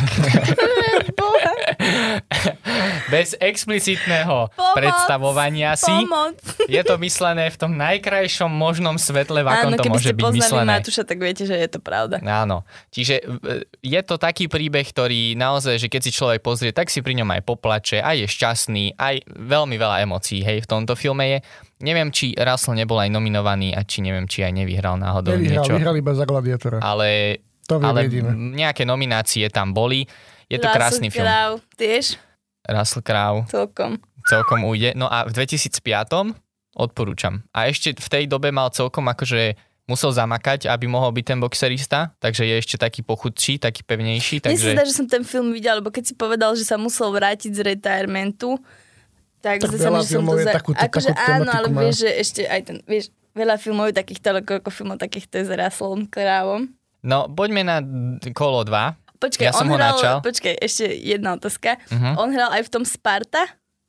Bez explicitného Pomoc, predstavovania si. Pomoc. Je to myslené v tom najkrajšom možnom svetle, v akom Áno, to môže byť myslené. Áno, keby ste poznali Matúša, tak viete, že je to pravda. Áno. Čiže je to taký príbeh, ktorý naozaj, že keď si človek pozrie, tak si pri ňom aj poplače, aj je šťastný, aj veľmi veľa emócií, hej, v tomto filme je. Neviem, či Russell nebol aj nominovaný a či neviem, či aj nevyhral náhodou Nevyhral, niečo. vyhral iba za Gladiátora. Ale, to ale vidíme. nejaké nominácie tam boli. Je to Russell krásny film. Crowe, tiež? Russell Crowe. Celkom. Celkom ujde. No a v dvetisícpäť odporúčam. A ešte v tej dobe mal celkom akože musel zamakať, aby mohol byť ten boxerista, takže je ešte taký pochudší, taký pevnejší. Mne Takže... sa zdá, že som ten film videl, lebo keď si povedal, že sa musel vrátiť z retirementu, tak, Tak zdá sa veľa mi, že som to filmov je za... takú- akože takú áno, ale tematiku má. vieš, že ešte aj ten, vieš, veľa filmov je takýchto, ale koľko filmov takýchto je s Russellom Croweom. No, poďme na kolo dva. Počkaj, Ja som on ho hral, načal. počkaj, ešte jedna otázka. Uh-huh. On hral aj v tom Sparta?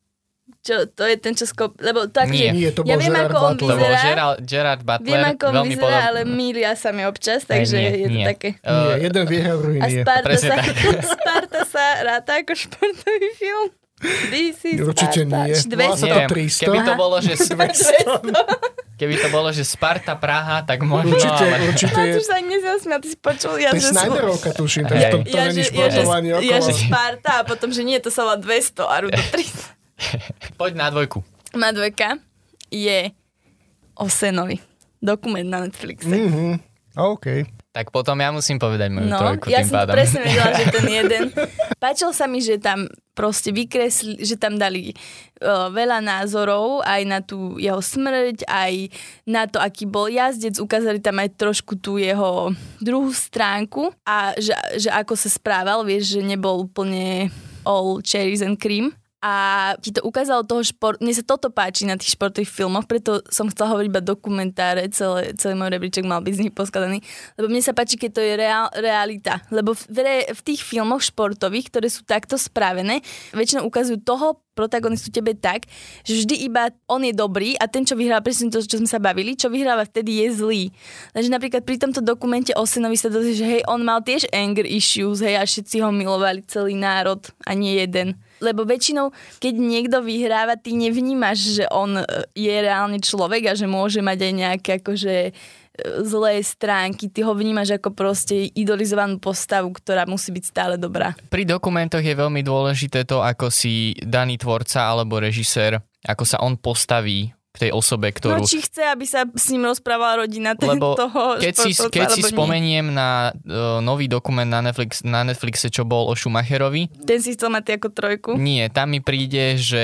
Čo, to je ten, čo skop... Lebo tak, Nie. že Nie, to ja bol viem, Gerard ako on Butler. To bol vyzerá. Gerard, Gerard Butler. Viem, ako on veľmi vyzerá, podobný. ale mýlia sa mi občas, takže nie, je to nie. také. Nie, jeden vyhral, druhý A nie. Sparta Presne sa, tak. Sparta sa ráta ako športový film? This is Určite Sparta. nie. Či Volá sa dvesto? to Neviem, tristo. keby to bolo, že dvesto. keby to bolo, že Sparta Praha, tak možno, Určite, ale... určite je. Matúš sa ani nezasmial, ty si počul. Ja, To je že sú- Snyderovka, tuším, takže Hej. to, to ja, není že, ja, že, športovanie ja, že okolo. Sparta a potom, že nie, to sa volá dvesto a Rudo tristo. Poď na dvojku. Má dvojka je o Senovi. Dokument na Netflixe. Mhm, OK. Tak potom ja musím povedať moju No, trojku ja tým som pádom. presne vedela, že ten jeden. Páčil sa mi, že tam proste vykresli, že tam dali uh, veľa názorov aj na tú jeho smrť, aj na to, aký bol jazdec. Ukázali tam aj trošku tú jeho druhú stránku a že, že ako sa správal, vieš, že nebol úplne all cherries and cream. A ti to ukázalo toho šport... Mne sa toto páči na tých športových filmoch, preto som chcela hovoriť iba dokumentáre, celé, celý môj rebríček mal byť z nich poskladaný. Lebo mne sa páči, keď to je reál, realita. Lebo v, re, v tých filmoch športových, ktoré sú takto spravené, väčšinou ukazujú toho protagonistu tebe tak, že vždy iba on je dobrý a ten, čo vyhráva, presne to, čo sme sa bavili, čo vyhráva vtedy je zlý. Takže napríklad pri tomto dokumente o Senovi sa dozvie, že hej, on mal tiež anger issues, hej, a všetci ho milovali, celý národ a nie jeden. Lebo väčšinou, keď niekto vyhráva, ty nevnímaš, že on je reálne človek a že môže mať aj nejaké akože zlé stránky. Ty ho vnímaš ako proste idolizovanú postavu, ktorá musí byť stále dobrá. Pri dokumentoch je veľmi dôležité to, ako si daný tvorca alebo režisér, ako sa on postaví k tej osobe, ktorú... No či chce, aby sa s ním rozprávala rodina ten, Lebo toho keď si, športovca, keď si alebo nie. spomeniem na uh, nový dokument na, Netflix, na Netflixe, čo bol o Schumacherovi, Ten si chcel mať ty ako trojku? nie, tam mi príde, že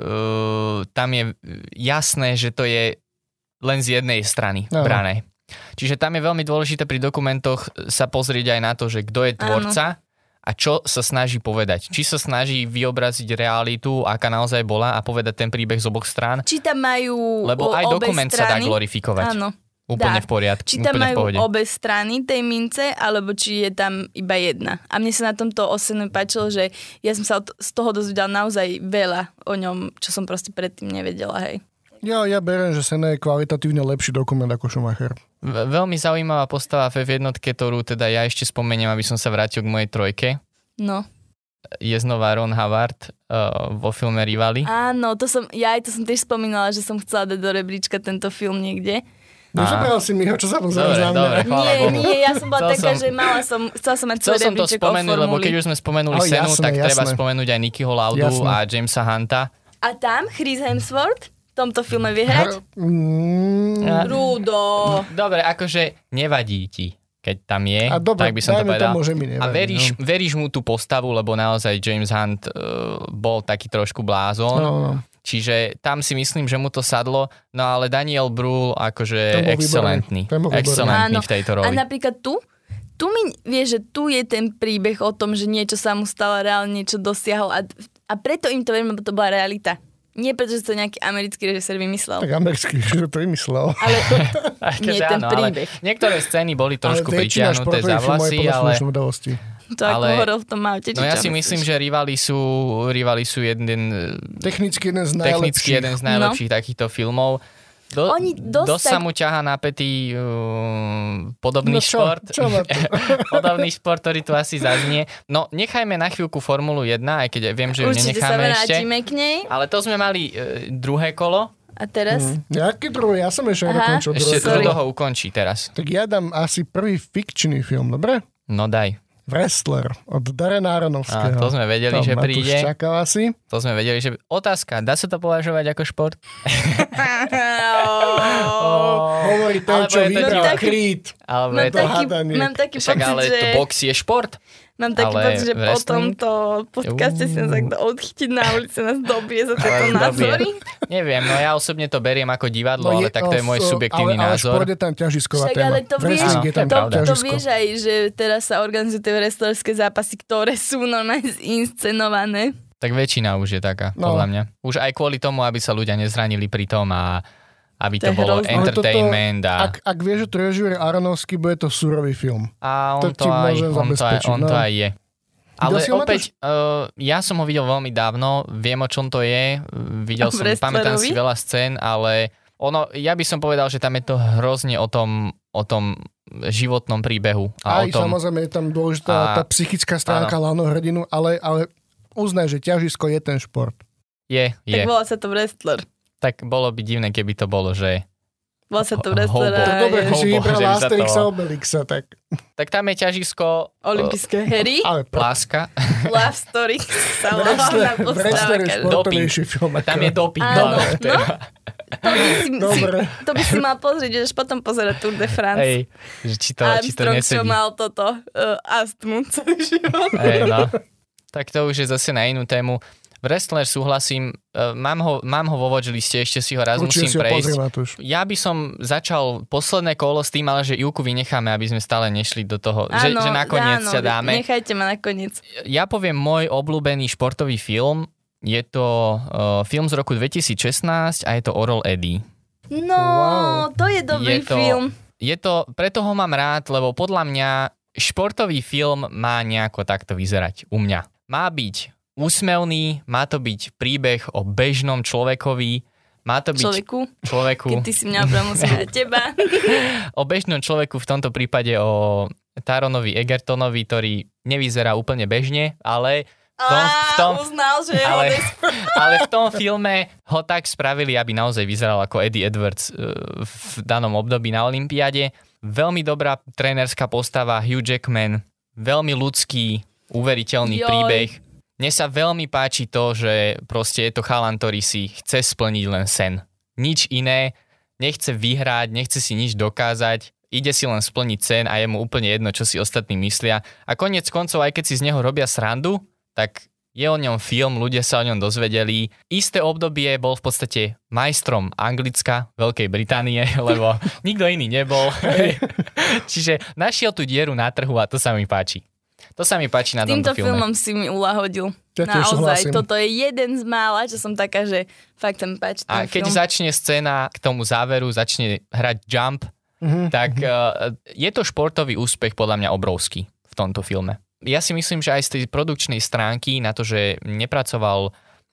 uh, tam je jasné, že to je len z jednej strany Áno. brané. Čiže tam je veľmi dôležité pri dokumentoch sa pozrieť aj na to, že kto je tvorca a čo sa snaží povedať. Či sa snaží vyobraziť realitu, aká naozaj bola a povedať ten príbeh z oboch strán, Či tam majú lebo aj obe dokument sa dá strany? glorifikovať. Áno. Úplne dá. v poriadku. Či tam úplne v majú pohode. obe strany tej mince, alebo či je tam iba jedna. A mne sa na tomto osene páčilo, že ja som sa od- z toho dozvedela naozaj veľa o ňom, čo som proste predtým nevedela, hej. Ja, ja beriem, že Senna je kvalitatívne lepší dokument ako Schumacher. V- veľmi zaujímavá postava v F jednotke, ktorú teda ja ešte spomeniem, aby som sa vrátil k mojej trojke. No. Je znova Ron Howard uh, vo filme Rivali. Áno, to som, ja aj to som tiež spomínala, že som chcela dať do rebríčka tento film niekde. Nezabral si mi ho, čo sa pozeráš Dobre, na mňa? dobre, chvála Nie, Bohu. nie, ja som bola Chcel taká, som- že mala som, chcela som mať Chcel svoj som to rebríček o spomenúť, lebo keď formuli. už sme spomenuli Ale Senu, jasné, tak treba jasné. spomenúť aj Nickyho Laudu Jasné. a Jamesa Hunta. A tam Chris Hemsworth v tomto filme vie hrať? Mm, Rudo. Dobre, akože nevadí ti. keď tam je, a dobre, tak by som to povedal. Tomu, že mi nevadí, a veríš, no. veríš mu tú postavu, lebo naozaj James Hunt uh, bol taký trošku blázon. No, no. Čiže tam si myslím, že mu to sadlo, no ale Daniel Brühl akože excelentný. Excelentný v tejto roli. A napríklad tu, tu mi vieš, že tu je ten príbeh o tom, že niečo sa mu stalo, reálne niečo dosiahol a, a preto im to verím, lebo to bola realita. Nie preto, že to nejaký americký režisér vymyslel. Tak americký režisér to vymyslel. Ale nie ten áno, príbeh. Niektoré scény boli trošku pritiahnuté za vlasy, ale... To ako ale, horol v tom aute. No ja si myslíš? myslím, že rivali sú, rivali sú jeden... Technicky jeden z najlepších. Technicky jeden z najlepších no. takýchto filmov. Do, Oni dosť, dosť sa mu ťahá na pätý uh, podobný no čo, šport. Čo podobný šport, ktorý tu asi zaznie. No, nechajme na chvíľku Formulu jeden, aj keď viem, že ju určite nenecháme ešte. K nej. Ale to sme mali uh, druhé kolo. A teraz? Hmm. Jaký druhý? Ja som ešte nedokončil. Ešte do toho ukončí teraz. Tak ja dám asi prvý fikčný film, dobre? No daj. Wrestler od Darrena Aronofského. A to sme vedeli, to že príde. To čakal asi. To sme vedeli, že... Otázka, dá sa to považovať ako šport? Hovorí ten, čo vybral Creed. Alebo mám, je to taký, mám taký Však, pocit, ale že... to box je šport. Mám taký ale pocit, že wrestling? po tomto podcaste si nás takto odchytiť na ulici, nás dobie za tieto názory. Neviem, no ja osobne to beriem ako divadlo, no je, ale tak to je môj subjektívny ale, názor. Ale šport je tam ťažisková Však, téma. ale to vieš, je tam to, to ťažisko. vieš aj, že teraz sa organizujú tie wrestlerské zápasy, ktoré sú normálne zinscenované. Tak väčšina už je taká, no. podľa mňa. Už aj kvôli tomu, aby sa ľudia nezranili pri tom a aby to, to bolo hrozné. Entertainment. Toto, a... ak, ak vieš, že to režíruje Aronofsky, bude to surový film. A on to, to, aj, on to, aj, on no. to aj je. Ale opäť, uh, ja som ho videl veľmi dávno, viem, o čom to je, videl som, pamätám si veľa scén, ale ono, ja by som povedal, že tam je to hrozne o tom, o tom životnom príbehu. A aj, o tom, samozrejme, je tam dôležitá a, tá psychická stránka hlavného hrdinu, ale, ale uznaj, že ťažisko je ten šport. Je, je. Tak volá sa to wrestler. Tak bolo by divné, keby to bolo, že... Volá sa to wrestler. To dobre, keď si vybral Asterixa to... Obelixa, tak... Tak tam je ťažisko... Olympijské hry. Láska. Love story. Sa hlavná postava. Wrestler je športovejší film. Tam je doping. Áno, no. To by, si, si, to by si mal pozrieť, že potom pozerať Tour de France. Hej, že či to, či to nesedí. Armstrong, čo mal toto uh, astmu celý život. Hej, no. Tak to už je zase na inú tému. Wrestler súhlasím, uh, mám, ho, mám ho vo watchliste, ešte si ho raz Určite musím prejsť. Ja Ja by som začal posledné kolo s tým, ale že Ivku vynecháme, aby sme stále nešli do toho, áno, že, že nakoniec áno, sa dáme. Nechajte ma nakoniec. Ja poviem môj obľúbený športový film, je to uh, film z roku dvetisícšestnásť a je to Oral Eddie. No, wow. To je dobrý je to, film. Je to, preto ho mám rád, lebo podľa mňa športový film má nejako takto vyzerať u mňa. Má byť úsmevný, má to byť príbeh o bežnom človekovi, má to byť... Človeku? Človeku. Keď ty si mňa premusila teba. O bežnom človeku, v tomto prípade o Taronovi Egertonovi, ktorý nevyzerá úplne bežne, ale... V tom, v tom, uznal, že ale, ale v tom filme ho tak spravili, aby naozaj vyzeral ako Eddie Edwards v danom období na olympiáde. Veľmi dobrá trénerská postava, Hugh Jackman, veľmi ľudský, uveriteľný Joj. príbeh. Mne sa veľmi páči to, že proste je to chalan, ktorý si chce splniť len sen. Nič iné, nechce vyhrať, nechce si nič dokázať, ide si len splniť sen a je mu úplne jedno, čo si ostatní myslia. A koniec koncov, aj keď si z neho robia srandu, tak je o ňom film, ľudia sa o ňom dozvedeli. Isté obdobie bol v podstate majstrom Anglicka, Veľkej Británie, lebo nikto iný nebol. Čiže našiel tú dieru na trhu a to sa mi páči. To sa mi páči na tomto filme. Týmto filmom si mi uľahodil. Ja naozaj, toto je jeden z mála, čo som taká, že fakt sa mi páči ten A keď film. začne scéna k tomu záveru, začne hrať jump, mm-hmm. tak uh, je to športový úspech podľa mňa obrovský v tomto filme. Ja si myslím, že aj z tej produkčnej stránky na to, že nepracoval,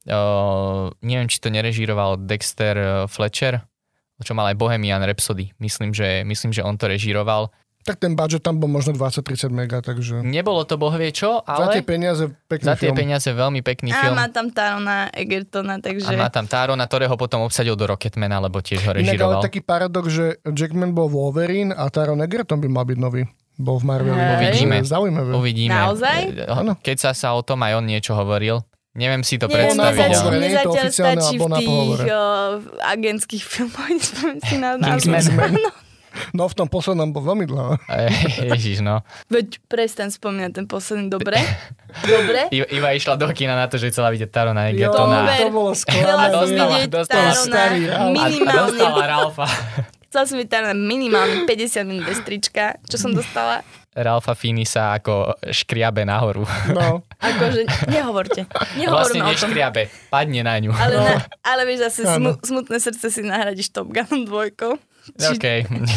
uh, neviem, či to nerežíroval Dexter Fletcher, čo mal aj Bohemian Rhapsody. Myslím, že, myslím, že on to režíroval. Tak ten budget tam bol možno dvadsať tridsať mega, takže... Nebolo to bohvie čo, ale... Za tie peniaze pekný Za tie film. peniaze veľmi pekný a film. A má tam Tarona Egertona, takže... A má tam Tarona, ktorého potom obsadil do Rocketmana, lebo tiež ho Inak režíroval. ale taký paradox, že Jackman bol Wolverine a Taron Egerton by mal byť nový. Bol v Marveli. Uvidíme. Zaujímavé. Uvidíme. Naozaj? Keď sa sa o tom aj on niečo hovoril. Neviem si to Nie, predstaviť. Mne ale... zatiaľ to oficiálne, stačí v alebo na tých pohovore. uh, agentských filmoch. Nespomínam si na Kingsman. No. No v tom poslednom bol veľmi dlho. Ježiš, no. Veď prestaň spomínať ten posledný, dobre? Dobre? I, iba išla do kina na to, že chcela vidieť Tarona Jo, Egertona. to bolo Chcela som sklamanie. vidieť dostala Tarona starý Ralf. A, a minimálne, dostala Ralfa. chcela som vidieť Tarona minimálne päťdesiat minút bez trička, čo som dostala. Ralfa Finisa ako škriabe nahoru. No. Akože, nehovorte. Nehovorme Vlastne o tom. neškriabe, padne na ňu. Ale, na, ale vieš, zase Áno. smu, smutné srdce si nahradíš Top Gunom dvojkou. Či, OK.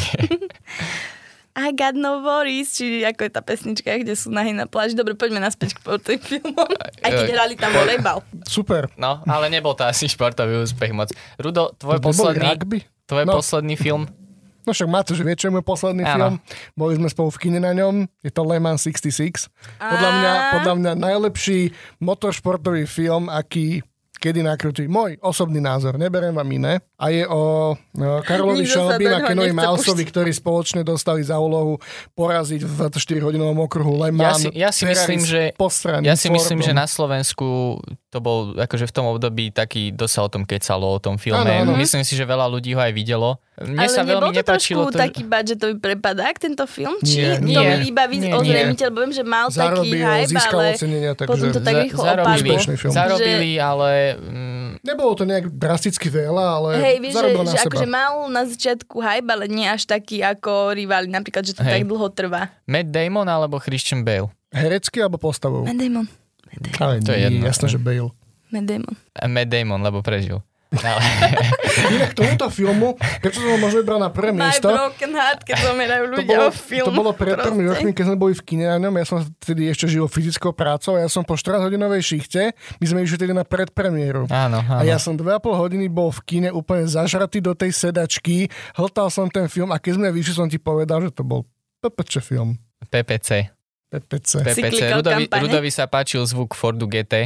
I got no worries, či ako je tá pesnička, kde sú nahy na pláži. Dobre, poďme naspäť k tým filmom. Aj keď hrali tam volejbal. Super. No, ale nebol to asi športový úspech moc. Rudo, tvoj To neboli posledný, rugby? tvoj No. posledný film? No však Matúš vie, čo je môj posledný Áno. film. Boli sme spolu v kine na ňom. Je to Le Mans šesťdesiatšesť. Podľa mňa, podľa mňa najlepší motoršportový film, aký kedy nakrúti. Môj osobný názor, neberiem vám iné. A je o no, Karlovi Nikto sa Shelbym a doňho Kenovi nechce Mouseovi, pustiť. ktorí ktorí spoločne dostali za úlohu poraziť v dvadsaťštyrihodinovom okruhu Le Ja Mans. si, ja si Ferrari myslím, s že, postraným ja si myslím, Fordom. že na Slovensku to bol akože v tom období taký, dosť sa o tom kecalo, o tom filme. Áno, áno. Myslím si, že veľa ľudí ho aj videlo. Mne Ale sa nebol veľmi to nepáčilo trošku to, že- taký budgetový prepadák, tento film? Či Nie, to nie. mi iba víc Nie, ozrejmiteľ, lebo viem, že mal taký Zarobil, hype, získal ale ocenenia, takže... potom to tak za- rýchlo zarobili, opadlo. Úspešný film. zarobili, ale... Mm, Nebolo to nejak drasticky veľa, ale Hej, vieš, že, zarobil na že seba. akože mal na začiatku hype, ale nie až taký ako rivali, napríklad, že to Hej. tak dlho trvá. Matt Damon alebo Christian Bale? Herecky alebo postavou? Matt Damon. Ale To je nie, jedno. jasné, že Bale. Matt Damon. A Matt Damon, lebo prežil. Ale, Inak tomuto filmu, prečo som ho možno vybral na prvé My miesto, broken heart, keď zomierajú to ľudia bolo, o film. to bolo pred proste. tromi rokmi, keď sme boli v kine na ňom, ja som vtedy ešte žil fyzickou prácou a ja som po štrnásťhodinovej šichte, my sme išli tedy na predpremiéru. áno, áno. A ja som dve a pol hodiny bol v kine úplne zažratý do tej sedačky, hltal som ten film a keď sme vyšli, som ti povedal, že to bol pé pé čé film. pé pé cé. pé pé cé. pé pé cé. klikal Rudovi, kampane? Rudovi sa páčil zvuk Fordu gé té.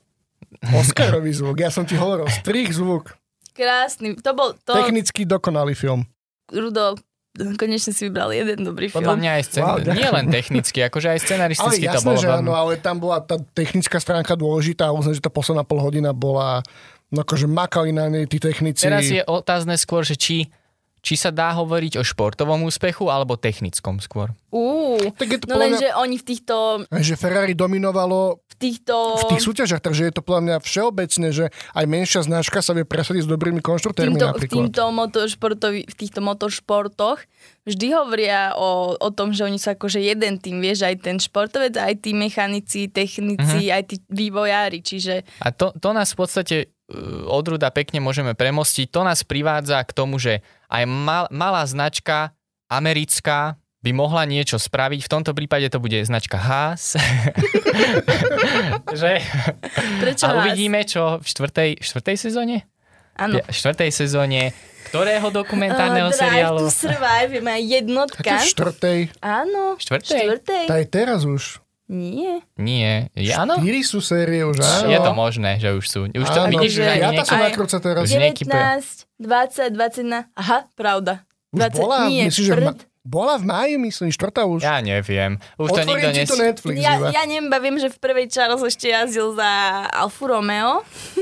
Oscarový zvuk, ja som ti hovoril, strich zvuk. Krásny. To bol to, Technicky dokonalý film. Rudo, konečne si vybral jeden dobrý Podľa film. mňa aj scén... Wow, ďakujem. nie len technicky, akože aj Ale scenaristicky to jasné, bolo že veľmi... áno, ale tam bola tá technická stránka dôležitá a uznám, že tá posledná pol hodina bola, no akože makali na nej tí technici. Teraz je otázne skôr, že či, či sa dá hovoriť o športovom úspechu alebo technickom skôr. Uú, Tak je to no podľa lenže mňa- oni v týchto, Že Ferrari dominovalo v týchto... v tých súťažiach, takže je to podľa mňa všeobecne, že aj menšia značka sa vie presadiť s dobrými konštruktérmi týmto, v, napríklad. týmto motoršportovi, v týchto motoršportoch vždy hovoria o, o tom, že oni sú akože jeden tým, vieš, aj ten športovec, aj tí mechanici, technici, Mhm. aj tí vývojári, čiže A to, to nás v podstate uh, od Ruda pekne môžeme premostiť. To nás privádza k tomu, že aj mal, malá značka americká by mohla niečo spraviť. V tomto prípade to bude značka Haas. že? prečo A Haas? uvidíme, čo v štvrtej, štvrtej sezóne? Áno. V štvrtej sezóne ktorého dokumentárneho Uh, Drive seriálu? to Survive je moja jednotka. Také v štvrtej, Áno. Štvrtej? Štvrtej. tá je teraz už. Nie. Nie. Je, áno? Štyri sú série už, áno. Je to možné, že už sú. Už to Áno, vidíš, že ani piata sa niekto... nakrúca teraz. Už nejaký pe- devätnásť, dvadsať, dvadsaťjeden. Aha, pravda. Už dvadsať, bola, nie, myslíš, že v, ma- pred... bola v máji, myslím, štvrtá už. Ja neviem. Už to nikto Otvorím ti nes... to Netflix, Ja, iba. ja neviem, iba viem, že v prvej Charles ešte jazdil za Alfa Romeo.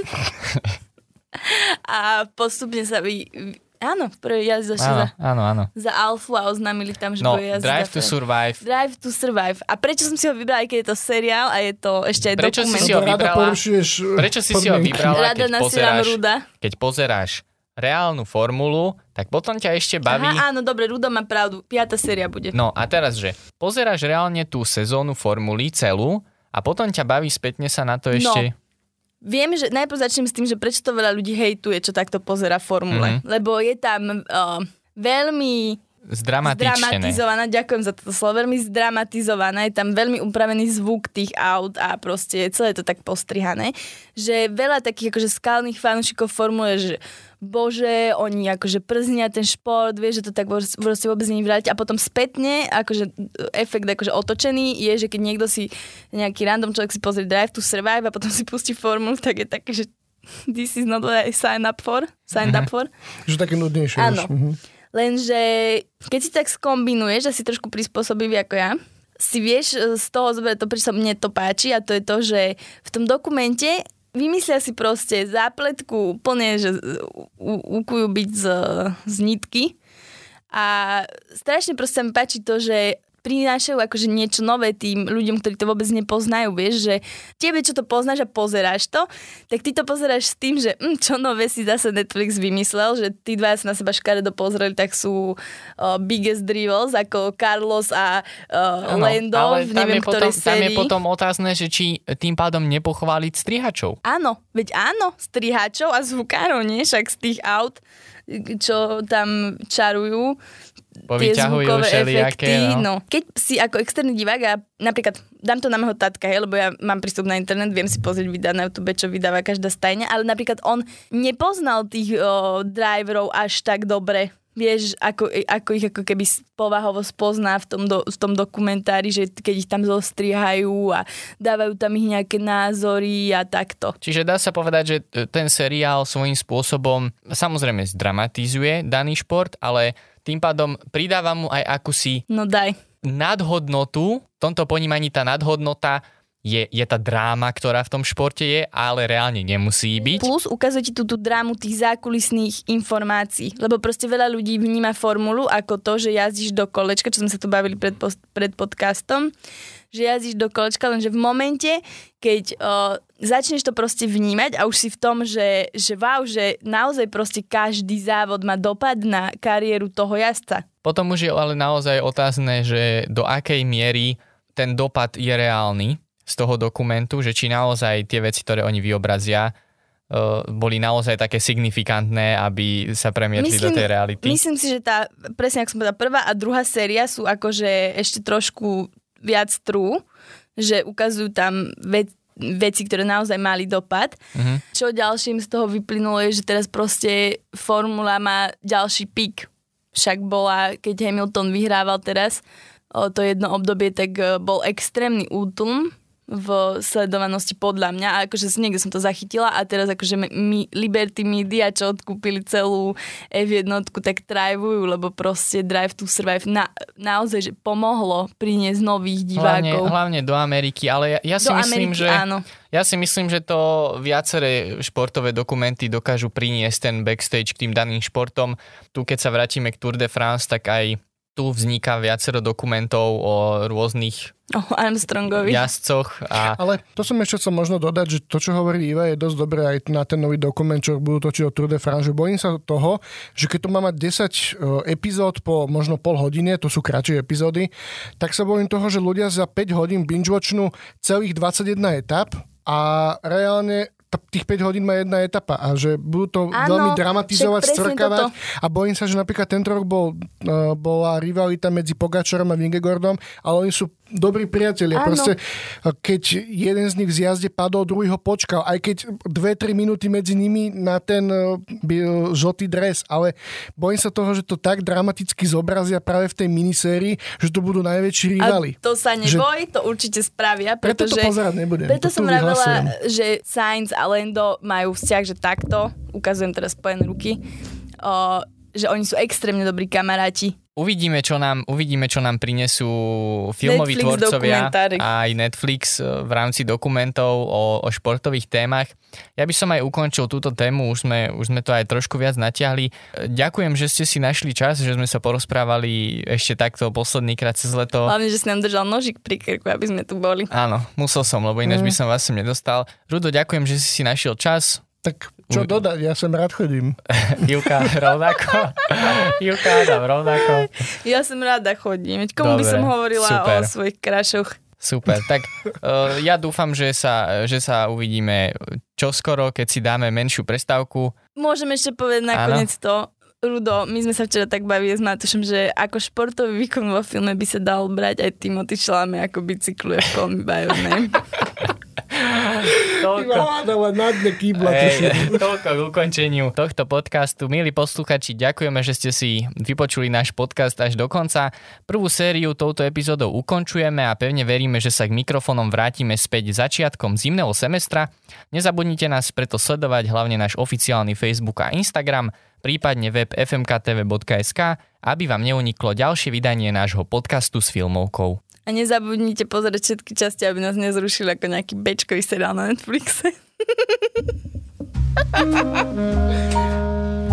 A postupne sa vy... Áno, v prvej jazdil ešte za, Áno, áno, áno. za Alfu a oznámili tam, že No, bude jazdiť Drive za to Ferrari. Survive. Drive to Survive. A prečo som si ho vybrala, aj keď je to seriál a je to ešte aj Prečo si dokument? si ho Lebo rada vybrala? porušuješ, uh, Prečo si si ho podmienky. vybrala, Rada keď nasieram pozeráš, Ruda. keď pozeráš reálnu formulu, tak potom ťa ešte baví... Aha, áno, dobre, Rudo má pravdu. Piata séria bude. No a teraz, že pozeráš reálne tú sezónu formuly celú a potom ťa baví spätne sa na to ešte... Viem, že najprv začnem s tým, že prečo to veľa ľudí hejtuje, čo takto pozera v formule. Mhm. Lebo je tam uh, veľmi Zdramatičtené. zdramatizovaná, ďakujem za toto slovo, veľmi zdramatizovaná, je tam veľmi upravený zvuk tých aut a proste celé je to tak postrihané, že veľa takých akože skalných fanúšikov formuluje, že bože, oni akože prznia ten šport, vie, že to tak proste vôbec nie vráti a potom spätne, akože efekt akože otočený je, že keď niekto si, nejaký random človek si pozrie Drive to Survive a potom si pustí formulu, tak je také, že this is not what I signed up for, signed up for. Že také nudnejšie Áno. už. Mhm. Lenže keď si tak skombinuješ, že si trošku prispôsobivý ako ja, si vieš z toho zobrať to, prečo sa mne to páči a to je to, že v tom dokumente vymyslia si proste zápletku úplne, že ukujú byť z, z nitky A strašne proste sa mi páči to, že prinášajú akože niečo nové tým ľuďom, ktorí to vôbec nepoznajú, vieš, že tebe, čo to poznáš a pozeráš to, tak ty to pozeráš s tým, že hm, čo nové si zase Netflix vymyslel, že tí dva sa na seba škaredo pozreli, tak sú uh, biggest rivals, ako Carlos a uh, ano, Lando, v neviem ktorej sérii. Tam je potom otázne, že či tým pádom nepochváliť strihačov. Áno, veď áno, strihačov a zvukárov, nie? Však z tých aut, čo tam čarujú, tie zvukové efekty. No. No. Keď si ako externý divák, a napríklad dám to na môjho tatka, hej, lebo ja mám prístup na internet, viem si pozrieť videa na YouTube, čo vydáva každá stajňa, ale napríklad on nepoznal tých o, driverov až tak dobre. Vieš, ako, ako ich ako keby povahovo spozná v tom, do, v tom dokumentári, že keď ich tam zostrihajú a dávajú tam ich nejaké názory a takto. Čiže dá sa povedať, že ten seriál svojím spôsobom samozrejme zdramatizuje daný šport, ale tým pádom pridáva mu aj akúsi no daj. nadhodnotu. V tomto ponímaní tá nadhodnota je, je tá dráma, ktorá v tom športe je, ale reálne nemusí byť. Plus ukazuje ti tú, tú drámu tých zákulisných informácií, lebo proste veľa ľudí vníma formulu ako to, že jazdíš do kolečka, čo sme sa tu bavili pred, pred podcastom, že jazdíš do kolečka, lenže v momente, keď o, začneš to proste vnímať a už si v tom, že, že wow, že naozaj proste každý závod má dopad na kariéru toho jazdca. Potom už je ale naozaj otázne, že do akej miery ten dopad je reálny z toho dokumentu, že či naozaj tie veci, ktoré oni vyobrazia, uh, boli naozaj také signifikantné, aby sa premietli myslím, do tej reality. Myslím si, že tá, presne ako som povedala, prvá a druhá séria sú akože ešte trošku viac true, že ukazujú tam veci, veci, ktoré naozaj mali dopad. Uh-huh. Čo ďalším z toho vyplynulo je, že teraz proste formula má ďalší pík. Však bola, keď Hamilton vyhrával teraz o to jedno obdobie, tak bol extrémny útlm v sledovanosti podľa mňa a akože niekde som to zachytila a teraz akože my Liberty Media, čo odkúpili celú ef jeden, tak drivujú, lebo proste Drive to Survive na, naozaj že pomohlo priniesť nových divákov. Hlavne, hlavne do Ameriky, ale ja, ja si do myslím, Ameriky, že áno. Ja si myslím, že to viaceré športové dokumenty dokážu priniesť ten backstage k tým daným športom. Tu keď sa vrátime k Tour de France, tak aj tu vzniká viacero dokumentov o rôznych oh, Armstrongovi. jazdcoch. A... Ale to som ešte chcel možno dodať, že to, čo hovorí Iva, je dosť dobré aj na ten nový dokument, čo budú točiť o Tour de France, že bojím sa toho, že keď to má mať desať epizód po možno pol hodine, to sú kratšie epizódy, tak sa bojím toho, že ľudia za päť hodín binge-watchnú celých dvadsaťjeden etap a reálne tých päť hodín má jedna etapa a že budú to áno, veľmi dramatizovať, stvrkavať toto. A bojím sa, že napríklad tento rok bol, uh, bola rivalita medzi Pogačarom a Vingegordom, ale oni sú dobrí priatelia. Áno. Proste, keď jeden z nich v zjazde padol, druhý ho počkal, aj keď dve tri minúty medzi nimi na ten uh, žltý dres, ale bojím sa toho, že to tak dramaticky zobrazia práve v tej minisérii, že to budú najväčší rivali. A to sa neboj, že... to určite spravia, pretože... Preto to pozerať nebudem. Preto to som vravela, že Sainz a Lando majú vzťah, že takto, ukazujem teraz spojené ruky, o, že oni sú extrémne dobrí kamaráti. Uvidíme, čo nám, uvidíme, čo nám prinesú filmoví Netflix tvorcovia a aj Netflix v rámci dokumentov o, o športových témach. Ja by som aj ukončil túto tému, už sme, už sme to aj trošku viac natiahli. Ďakujem, že ste si našli čas, že sme sa porozprávali ešte takto posledný krát cez leto. Hlavne, že si nám držal nožik pri krku, aby sme tu boli. Áno, musel som, lebo ináč by som vás sem nedostal. Rudo, ďakujem, že si si našiel čas. Tak čo dodať, ja sem rád chodím. Ivka, rovnako. Ivka, tam rovnako. Ja som rada chodím. Komu Dobre, by som hovorila super. o svojich krašoch? Super, tak uh, ja dúfam, že sa, že sa uvidíme čoskoro, keď si dáme menšiu prestávku. Môžem ešte povedať nakoniec to. Rudo, my sme sa včera tak bavili s Matušom, že ako športový výkon vo filme by sa dal brať aj Timothy Chalamet, ako bicykluje v Call Me By Your Name. Toľko, Ej, toľko k ukončeniu tohto podcastu. Milí posluchači, ďakujeme, že ste si vypočuli náš podcast až do konca. Prvú sériu touto epizódou ukončujeme a pevne veríme, že sa k mikrofónom vrátime späť začiatkom zimného semestra. Nezabudnite nás preto sledovať, hlavne náš oficiálny Facebook a Instagram, prípadne web ef em ká té vé bodka es ká, aby vám neuniklo ďalšie vydanie nášho podcastu s filmovkou. A nezabudnite pozrieť všetky časti, aby nás nezrušili ako nejaký bečkový seriál na Netflixe.